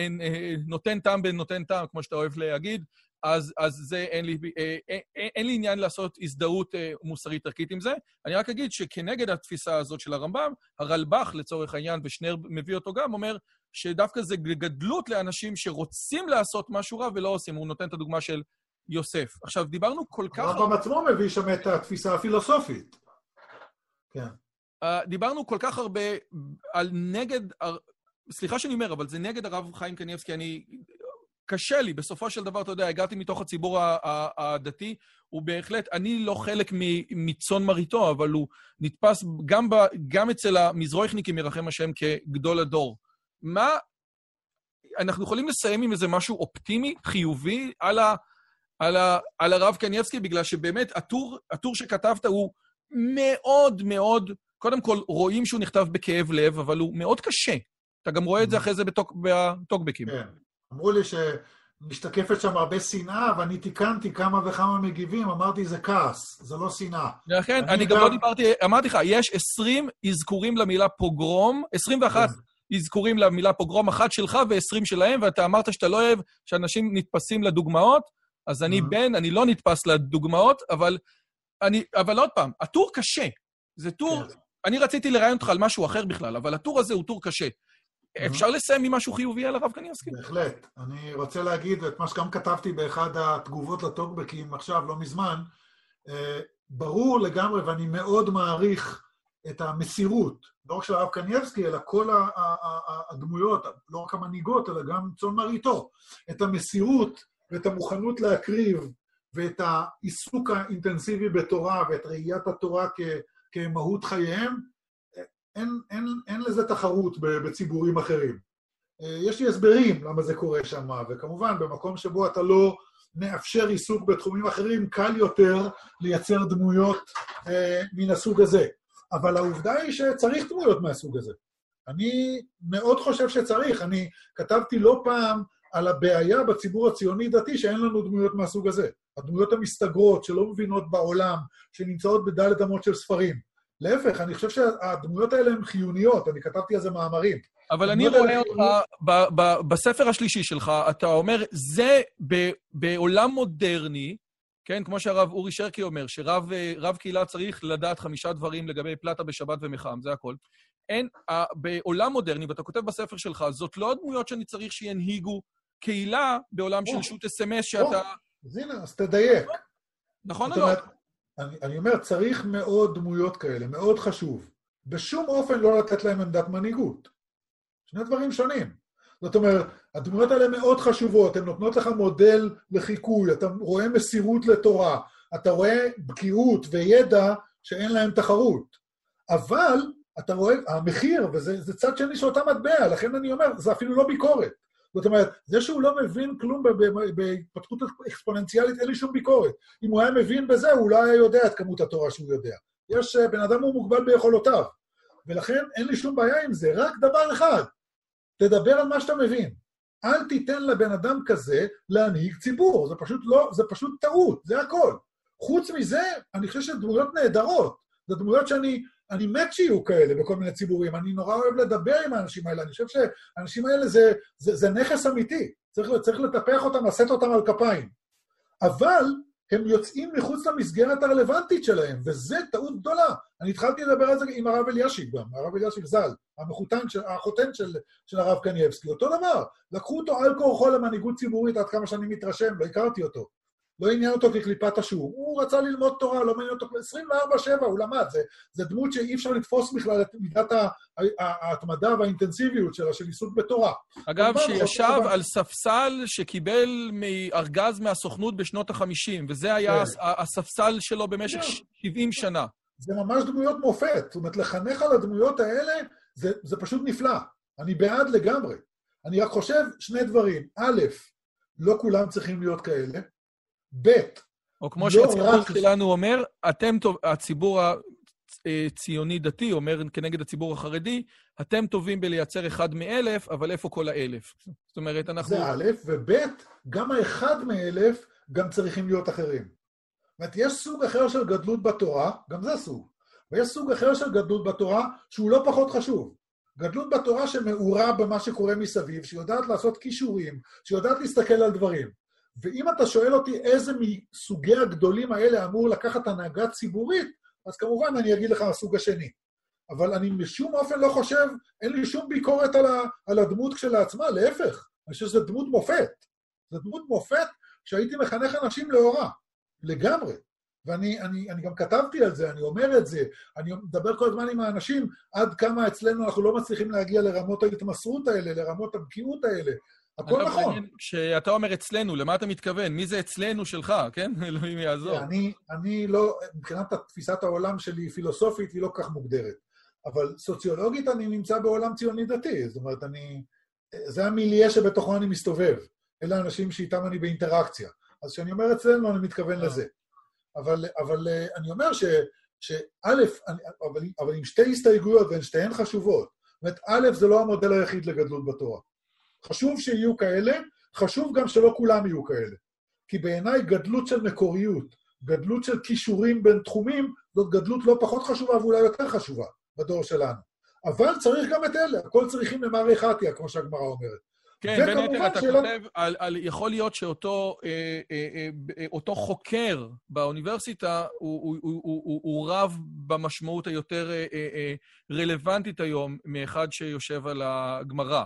נותן טעם בין נותן טעם, כמו שאתה אוהב להגיד, אז, אז זה אין לי, אין, אין לי עניין לעשות הזדהות מוסרית ערכית עם זה. אני רק אגיד שכנגד התפיסה הזאת של הרמב"ם, הרלב"ח לצורך העניין, ושנר מביא אותו גם, אומר שדווקא זה גדלות לאנשים שרוצים לעשות משהו רע ולא עושים. הוא נותן את הדוגמה של יוסף. עכשיו, דיברנו כל כך... הרמב"ם עצמו מביא שם את התפיסה הפילוסופית. כן. דיברנו כל כך הרבה על נגד... סליחה שאני אומר, אבל זה נגד הרב חיים קניבסקי, אני... קשה לי, בסופו של דבר, אתה יודע, הגעתי מתוך הציבור הדתי, הוא בהחלט, אני לא חלק מצאן מרעיתו, אבל הוא נתפס גם, ב, גם אצל המזרוחניקים ירחם השם כגדול הדור. מה, אנחנו יכולים לסיים עם איזה משהו אופטימי, חיובי, על, ה, על, ה, על הרב קניבסקי, בגלל שבאמת הטור, הטור שכתבת הוא מאוד מאוד, קודם כל רואים שהוא נכתב בכאב לב, אבל הוא מאוד קשה. אתה גם רואה את זה אחרי זה בטוק, בטוקבקים. כן. אמרו לי שמשתקפת שם הרבה שנאה, ואני תיקנתי כמה וכמה מגיבים, אמרתי זה כעס, זה לא שנאה. לכן, אני, אני גם לא דיברתי, אמרתי לך, יש עשרים אזכורים למילה פוגרום, עשרים ואחת אזכורים למילה פוגרום, אחת שלך ועשרים שלהם, ואתה אמרת שאתה לא אוהב שאנשים נתפסים לדוגמאות, אז אני בן, אני לא נתפס לדוגמאות, אבל, אני, אבל עוד פעם, הטור קשה. זה טור, אני רציתי לראיין אותך על משהו אחר בכלל, אבל הטור הזה הוא טור קשה. אפשר לסיים ממשהו חיובי על הרב קניבסקי? בהחלט. אני רוצה להגיד את מה שגם כתבתי באחד התגובות לטוקבקים עכשיו, לא מזמן, ברור לגמרי, ואני מאוד מעריך את המסירות, לא רק של הרב קניבסקי, אלא כל הדמויות, לא רק המנהיגות, אלא גם צאן מרעיתו, את המסירות ואת המוכנות להקריב, ואת העיסוק האינטנסיבי בתורה, ואת ראיית התורה כמהות חייהם, אין, אין, אין לזה תחרות בציבורים אחרים. יש לי הסברים למה זה קורה שם, וכמובן במקום שבו אתה לא מאפשר עיסוק בתחומים אחרים, קל יותר לייצר דמויות אה, מן הסוג הזה. אבל העובדה היא שצריך דמויות מהסוג הזה. אני מאוד חושב שצריך. אני כתבתי לא פעם על הבעיה בציבור הציוני-דתי שאין לנו דמויות מהסוג הזה. הדמויות המסתגרות שלא מבינות בעולם, שנמצאות בדלת אמות של ספרים. להפך, אני חושב שהדמויות האלה הן חיוניות, אני כתבתי על זה מאמרים. אבל אני רואה אותך, ב- ב- בספר השלישי שלך, אתה אומר, זה ב- בעולם מודרני, כן, כמו שהרב אורי שרקי אומר, שרב רב קהילה צריך לדעת חמישה דברים לגבי פלטה בשבת ומחם, זה הכל. אין, בעולם מודרני, ואתה כותב בספר שלך, זאת לא הדמויות שאני צריך שינהיגו קהילה בעולם של שוט אס אם אס שאתה... אז הנה, אז תדייק. נכון או לא? אני, אני אומר, צריך מאוד דמויות כאלה, מאוד חשוב. בשום אופן לא לתת להם עמדת מנהיגות. שני דברים שונים. זאת אומרת, הדמויות האלה מאוד חשובות, הן נותנות לך מודל לחיקוי, אתה רואה מסירות לתורה, אתה רואה בקיאות וידע שאין להם תחרות. אבל אתה רואה, המחיר, וזה זה צד שני של אותה מטבע, לכן אני אומר, זה אפילו לא ביקורת. זאת אומרת, זה שהוא לא מבין כלום בהתפתחות אקספוננציאלית, אין לי שום ביקורת. אם הוא היה מבין בזה, הוא לא היה יודע את כמות התורה שהוא יודע. יש, בן אדם הוא מוגבל ביכולותיו, ולכן אין לי שום בעיה עם זה. רק דבר אחד, תדבר על מה שאתה מבין. אל תיתן לבן אדם כזה להנהיג ציבור. זה פשוט לא, זה פשוט טעות, זה הכל. חוץ מזה, אני חושב שדמויות נהדרות. זה דמויות שאני... אני מת שיהיו כאלה בכל מיני ציבורים, אני נורא אוהב לדבר עם האנשים האלה, אני חושב שהאנשים האלה זה, זה, זה נכס אמיתי, צריך, צריך לטפח אותם, לשאת אותם על כפיים. אבל הם יוצאים מחוץ למסגרת הרלוונטית שלהם, וזה טעות גדולה. אני התחלתי לדבר על זה עם הרב אלישיב גם, הרב אלישיב ז"ל, המחותן של, החותן של, של הרב קניבסקי, אותו דבר. לקחו אותו על כורחו למנהיגות ציבורית, עד כמה שאני מתרשם, לא הכרתי אותו. לא עניין אותו כקליפת השור. הוא רצה ללמוד תורה, לא מעניין אותו, עשרים וארבע שבע, הוא למד. זה, זה דמות שאי אפשר לתפוס בכלל את מידת ההתמדה והאינטנסיביות שלה, של עיסוק בתורה. אגב, שישב על ספסל שקיבל מארגז מהסוכנות בשנות ה-חמישים, וזה היה הספסל שלו במשך שבעים שנה. זה ממש דמויות מופת. זאת אומרת, לחנך על הדמויות האלה, זה, זה פשוט נפלא. אני בעד לגמרי. אני רק חושב שני דברים. א', לא כולם צריכים להיות כאלה. ב', או כמו שהציבור שלנו אומר, אתם, הציבור הציוני-דתי אומר כנגד הציבור החרדי, אתם טובים בלייצר אחד מאלף, אבל איפה כל האלף? זאת אומרת, אנחנו... זה א', וב', גם האחד מאלף גם צריכים להיות אחרים. זאת אומרת, יש סוג אחר של גדלות בתורה, גם זה סוג, ויש סוג אחר של גדלות בתורה שהוא לא פחות חשוב. גדלות בתורה שמעורה במה שקורה מסביב, שיודעת לעשות קישורים, שיודעת להסתכל על דברים. ואם אתה שואל אותי איזה מסוגי הגדולים האלה אמור לקחת הנהגה ציבורית, אז כמובן אני אגיד לך הסוג השני. אבל אני בשום אופן לא חושב, אין לי שום ביקורת על, ה, על הדמות כשלעצמה, להפך. אני חושב שזו דמות מופת. זו דמות מופת שהייתי מחנך אנשים לאורה, לגמרי. ואני אני, אני גם כתבתי על זה, אני אומר את זה, אני מדבר כל הזמן עם האנשים, עד כמה אצלנו אנחנו לא מצליחים להגיע לרמות ההתמסרות האלה, לרמות הבקיאות האלה. הכל נכון. כשאתה אומר אצלנו, למה אתה מתכוון? מי זה אצלנו שלך, כן? אלוהים יעזור. אני, אני לא, מבחינת תפיסת העולם שלי פילוסופית, היא לא כך מוגדרת. אבל סוציולוגית אני נמצא בעולם ציוני דתי. זאת אומרת, אני, זה המיליה שבתוכו אני מסתובב. אלה האנשים שאיתם אני באינטראקציה. אז כשאני אומר אצלנו, אני מתכוון לזה. אבל, אבל אני אומר ש, שא', אבל, אבל עם שתי הסתייגויות, והן שתיהן חשובות. זאת אומרת, א', זה לא המודל היחיד לגדלות בתורה. חשוב שיהיו כאלה, חשוב גם שלא כולם יהיו כאלה. כי בעיניי גדלות של מקוריות, גדלות של קישורים בין תחומים, זאת גדלות לא פחות חשובה ואולי יותר חשובה בדור שלנו. אבל צריך גם את אלה, הכל צריכים למראה חתיה, כמו שהגמרא אומרת. כן, בין היתר אתה שאלה... כותב, על, על, יכול להיות שאותו אה, אה, אה, אותו חוקר באוניברסיטה הוא, הוא, הוא, הוא, הוא רב במשמעות היותר אה, אה, רלוונטית היום מאחד שיושב על הגמרא.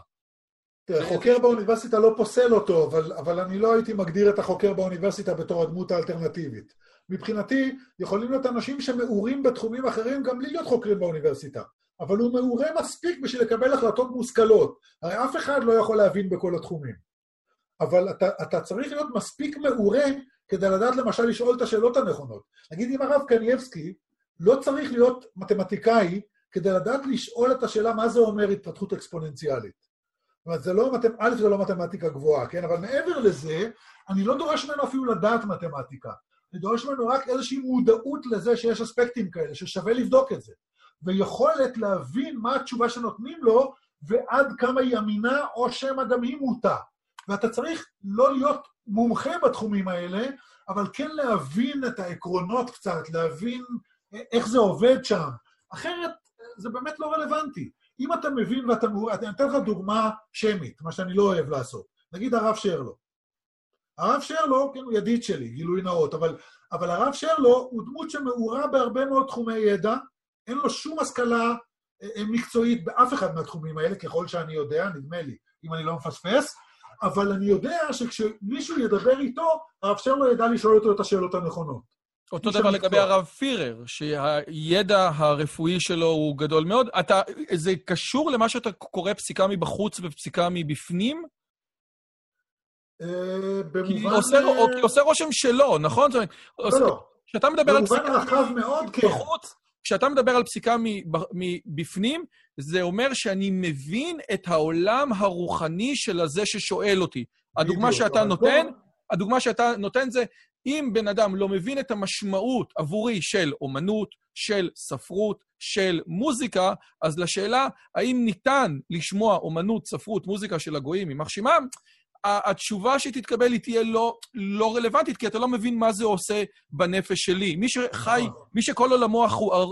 חוקר באוניברסיטה לא פוסל אותו, אבל, אבל אני לא הייתי מגדיר את החוקר באוניברסיטה בתור הדמות האלטרנטיבית. מבחינתי, יכולים להיות אנשים שמאורים בתחומים אחרים גם בלי להיות חוקרים באוניברסיטה. אבל הוא מאורה מספיק בשביל לקבל החלטות מושכלות. הרי אף אחד לא יכול להבין בכל התחומים. אבל אתה, אתה צריך להיות מספיק מאורה כדי לדעת למשל לשאול את השאלות הנכונות. נגיד אם הרב קניבסקי לא צריך להיות מתמטיקאי כדי לדעת לשאול את השאלה מה זה אומר התפתחות אקספוננציאלית. זאת אומרת, זה לא, א', זה לא מתמטיקה גבוהה, כן? אבל מעבר לזה, אני לא דורש ממנו אפילו לדעת מתמטיקה. אני דורש ממנו רק איזושהי מודעות לזה שיש אספקטים כאלה, ששווה לבדוק את זה. ויכולת להבין מה התשובה שנותנים לו, ועד כמה היא אמינה, או שמה גם היא מוטה. ואתה צריך לא להיות מומחה בתחומים האלה, אבל כן להבין את העקרונות קצת, להבין איך זה עובד שם. אחרת, זה באמת לא רלוונטי. אם אתה מבין ואתה מאור... אני אתן לך דוגמה שמית, מה שאני לא אוהב לעשות. נגיד הרב שרלו. הרב שרלו, כן, הוא ידיד שלי, גילוי נאות, אבל, אבל הרב שרלו הוא דמות שמאורה בהרבה מאוד תחומי ידע, אין לו שום השכלה מקצועית באף אחד מהתחומים האלה, ככל שאני יודע, נדמה לי, אם אני לא מפספס, אבל אני יודע שכשמישהו ידבר איתו, הרב שרלו ידע לשאול אותו את השאלות הנכונות. אותו דבר לגבי הרב פירר, שהידע הרפואי שלו הוא גדול מאוד. אתה, זה קשור למה שאתה קורא פסיקה מבחוץ ופסיקה מבפנים? במובן... כי עושה רושם שלו, נכון? לא, לא. כשאתה מדבר על פסיקה מבחוץ, כשאתה מדבר על פסיקה מבפנים, זה אומר שאני מבין את העולם הרוחני של הזה ששואל אותי. הדוגמה שאתה נותן, הדוגמה שאתה נותן זה, אם בן אדם לא מבין את המשמעות עבורי של אומנות, של ספרות, של מוזיקה, אז לשאלה, האם ניתן לשמוע אומנות, ספרות, מוזיקה של הגויים ממך שמם, התשובה שתתקבל היא תהיה לא, לא רלוונטית, כי אתה לא מבין מה זה עושה בנפש שלי. מי שחי, מי שכל עולמו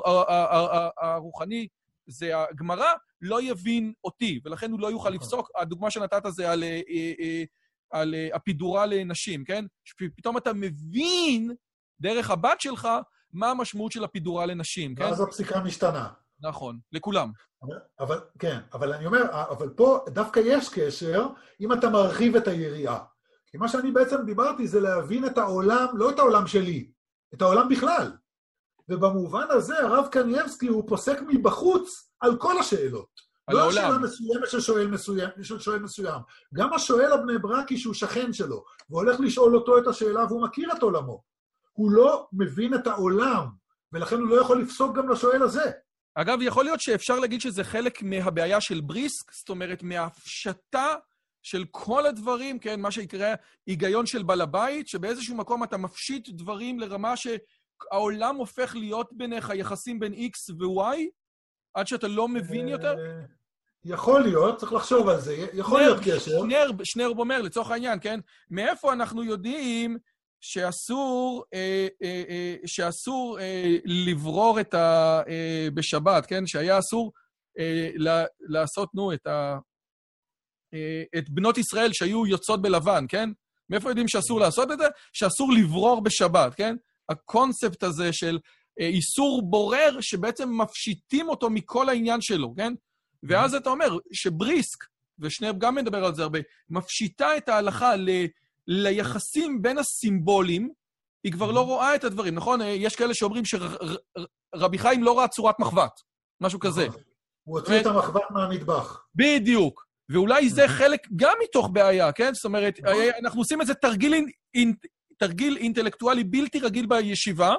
הרוחני זה הגמרא, לא יבין אותי, ולכן הוא לא יוכל לפסוק. הדוגמה שנתת זה על... על הפידורה לנשים, כן? שפתאום אתה מבין דרך הבת שלך מה המשמעות של הפידורה לנשים, כן? ואז הפסיקה משתנה. נכון, לכולם. אבל, אבל, כן, אבל אני אומר, אבל פה דווקא יש קשר אם אתה מרחיב את היריעה. כי מה שאני בעצם דיברתי זה להבין את העולם, לא את העולם שלי, את העולם בכלל. ובמובן הזה הרב קניבסקי הוא פוסק מבחוץ על כל השאלות. לא השאלה מסוימת של שואל מסוים, של שואל מסוים. גם השואל הבני ברקי שהוא שכן שלו, והולך לשאול אותו את השאלה והוא מכיר את עולמו. הוא לא מבין את העולם, ולכן הוא לא יכול לפסוק גם לשואל הזה. אגב, יכול להיות שאפשר להגיד שזה חלק מהבעיה של בריסק, זאת אומרת, מהפשטה של כל הדברים, כן, מה שיקרא היגיון של בעל הבית, שבאיזשהו מקום אתה מפשיט דברים לרמה שהעולם הופך להיות ביניך יחסים בין X ו-Y, עד שאתה לא מבין יותר? יכול להיות, צריך לחשוב על זה, יכול להיות קשר. שנרב אומר, לצורך העניין, כן? מאיפה אנחנו יודעים שאסור, אה, אה, אה, שאסור אה, לברור את ה... אה, בשבת, כן? שהיה אסור אה, לעשות, נו, את ה... אה, את בנות ישראל שהיו יוצאות בלבן, כן? מאיפה יודעים שאסור לעשות את זה? שאסור לברור בשבת, כן? הקונספט הזה של אה, איסור בורר שבעצם מפשיטים אותו מכל העניין שלו, כן? ואז אתה אומר שבריסק, ושנרב גם מדבר על זה הרבה, מפשיטה את ההלכה ל... ליחסים בין הסימבולים, היא כבר לא רואה את הדברים, נכון? יש כאלה שאומרים שרבי חיים לא ראה צורת מחבת, משהו כזה. הוא הוציא את המחבת מהמטבח. בדיוק. ואולי זה חלק גם מתוך בעיה, כן? זאת אומרת, אנחנו עושים איזה תרגיל אינטלקטואלי בלתי רגיל בישיבה,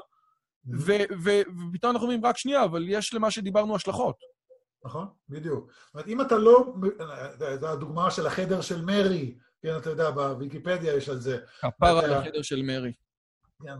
ופתאום אנחנו אומרים, רק שנייה, אבל יש למה שדיברנו השלכות. נכון, בדיוק. זאת אומרת, אם אתה לא... זו הדוגמה של החדר של מרי, כן, אתה יודע, בוויקיפדיה יש על זה. כפר על החדר של מרי. כן,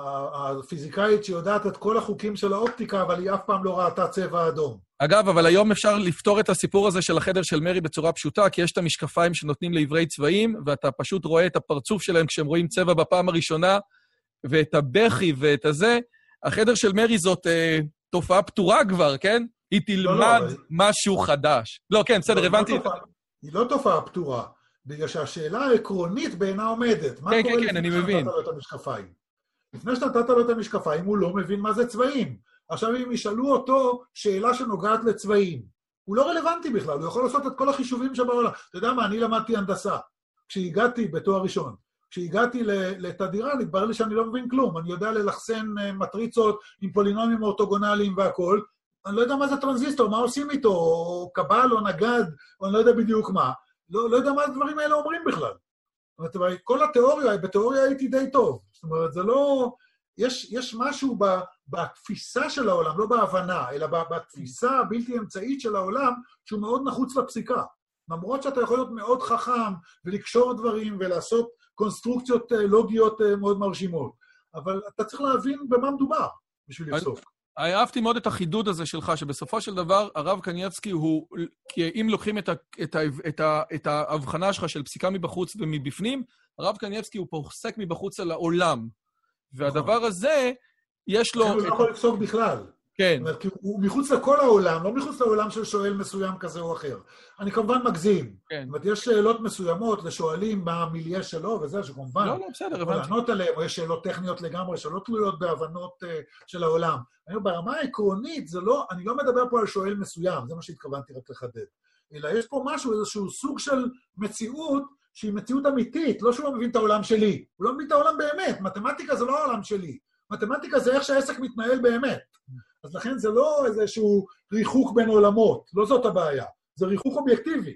הפיזיקאית שיודעת את כל החוקים של האופטיקה, אבל היא אף פעם לא ראתה צבע אדום. אגב, אבל היום אפשר לפתור את הסיפור הזה של החדר של מרי בצורה פשוטה, כי יש את המשקפיים שנותנים לעברי צבעים, ואתה פשוט רואה את הפרצוף שלהם כשהם רואים צבע בפעם הראשונה, ואת הבכי ואת הזה. החדר של מרי זאת אה, תופעה פתורה כבר, כן? היא תלמד לא, לא, משהו חדש. לא, כן, בסדר, לא, הבנתי. לא תופעה, היא לא תופעה פתורה, בגלל שהשאלה העקרונית בעינה עומדת. מה כן, קורה כן, כן, אני מבין. לפני שנתת לו את המשקפיים? לפני שנתת לו את המשקפיים, הוא לא מבין מה זה צבעים. עכשיו, אם ישאלו אותו שאלה שנוגעת לצבעים, הוא לא רלוונטי בכלל, הוא יכול לעשות את כל החישובים שבעולם. אתה יודע מה, אני למדתי הנדסה. כשהגעתי בתואר ראשון, כשהגעתי לתדירה, נתברר לי שאני לא מבין כלום. אני יודע ללחסן מטריצות עם פולינומים אורתוגונליים והכל. אני לא יודע מה זה טרנזיסטור, מה עושים איתו, או קבל או נגד, או אני לא יודע בדיוק מה. לא, לא יודע מה הדברים האלה אומרים בכלל. זאת אומרת, כל התיאוריה, בתיאוריה הייתי די טוב. זאת אומרת, זה לא... יש, יש משהו ב, בתפיסה של העולם, לא בהבנה, אלא בתפיסה הבלתי אמצעית של העולם, שהוא מאוד נחוץ לפסיקה. למרות שאתה יכול להיות מאוד חכם, ולקשור דברים, ולעשות קונסטרוקציות לוגיות מאוד מרשימות. אבל אתה צריך להבין במה מדובר, בשביל לפסוק. אהבתי מאוד את החידוד הזה שלך, שבסופו של דבר, הרב קניבסקי הוא, כי אם לוקחים את, ה, את, ה, את, ה, את ההבחנה שלך של פסיקה מבחוץ ומבפנים, הרב קניבסקי הוא פוסק מבחוץ על העולם. והדבר הזה, יש לו... הוא לא יכול לפסוק בכלל. כן. כי הוא מחוץ לכל העולם, לא מחוץ לעולם של שואל מסוים כזה או אחר. אני כמובן מגזים. כן. זאת אומרת, יש שאלות מסוימות לשואלים מה המיליה שלו, וזה שכמובן... לא, לא, בסדר, הבנתי. לענות עליהם, או יש שאלות טכניות לגמרי, שלא תלויות בהבנות uh, של העולם. אני אומר, ברמה העקרונית, זה לא, אני לא מדבר פה על שואל מסוים, זה מה שהתכוונתי רק לחדד. אלא יש פה משהו, איזשהו סוג של מציאות, שהיא מציאות אמיתית, לא שהוא לא מבין את העולם שלי. הוא לא מבין את העולם באמת. מתמטיקה זה לא העולם שלי. מתמטיקה זה איך שהעסק מתנהל באמת. אז לכן זה לא איזשהו ריחוק בין עולמות. לא זאת הבעיה. זה ריחוק אובייקטיבי.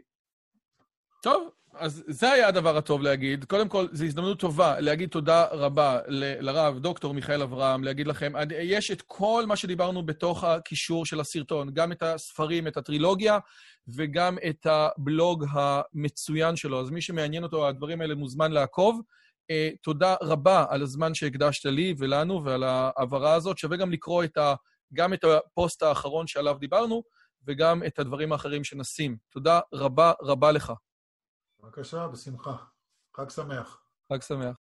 טוב, אז זה היה הדבר הטוב להגיד. קודם כל, זו הזדמנות טובה להגיד תודה רבה ל- לרב דוקטור מיכאל אברהם, להגיד לכם, יש את כל מה שדיברנו בתוך הקישור של הסרטון, גם את הספרים, את הטרילוגיה, וגם את הבלוג המצוין שלו. אז מי שמעניין אותו, הדברים האלה מוזמן לעקוב. Uh, תודה רבה על הזמן שהקדשת לי ולנו ועל העברה הזאת. שווה גם לקרוא את ה, גם את הפוסט האחרון שעליו דיברנו, וגם את הדברים האחרים שנשים. תודה רבה רבה לך. בבקשה, בשמחה. חג שמח. חג שמח.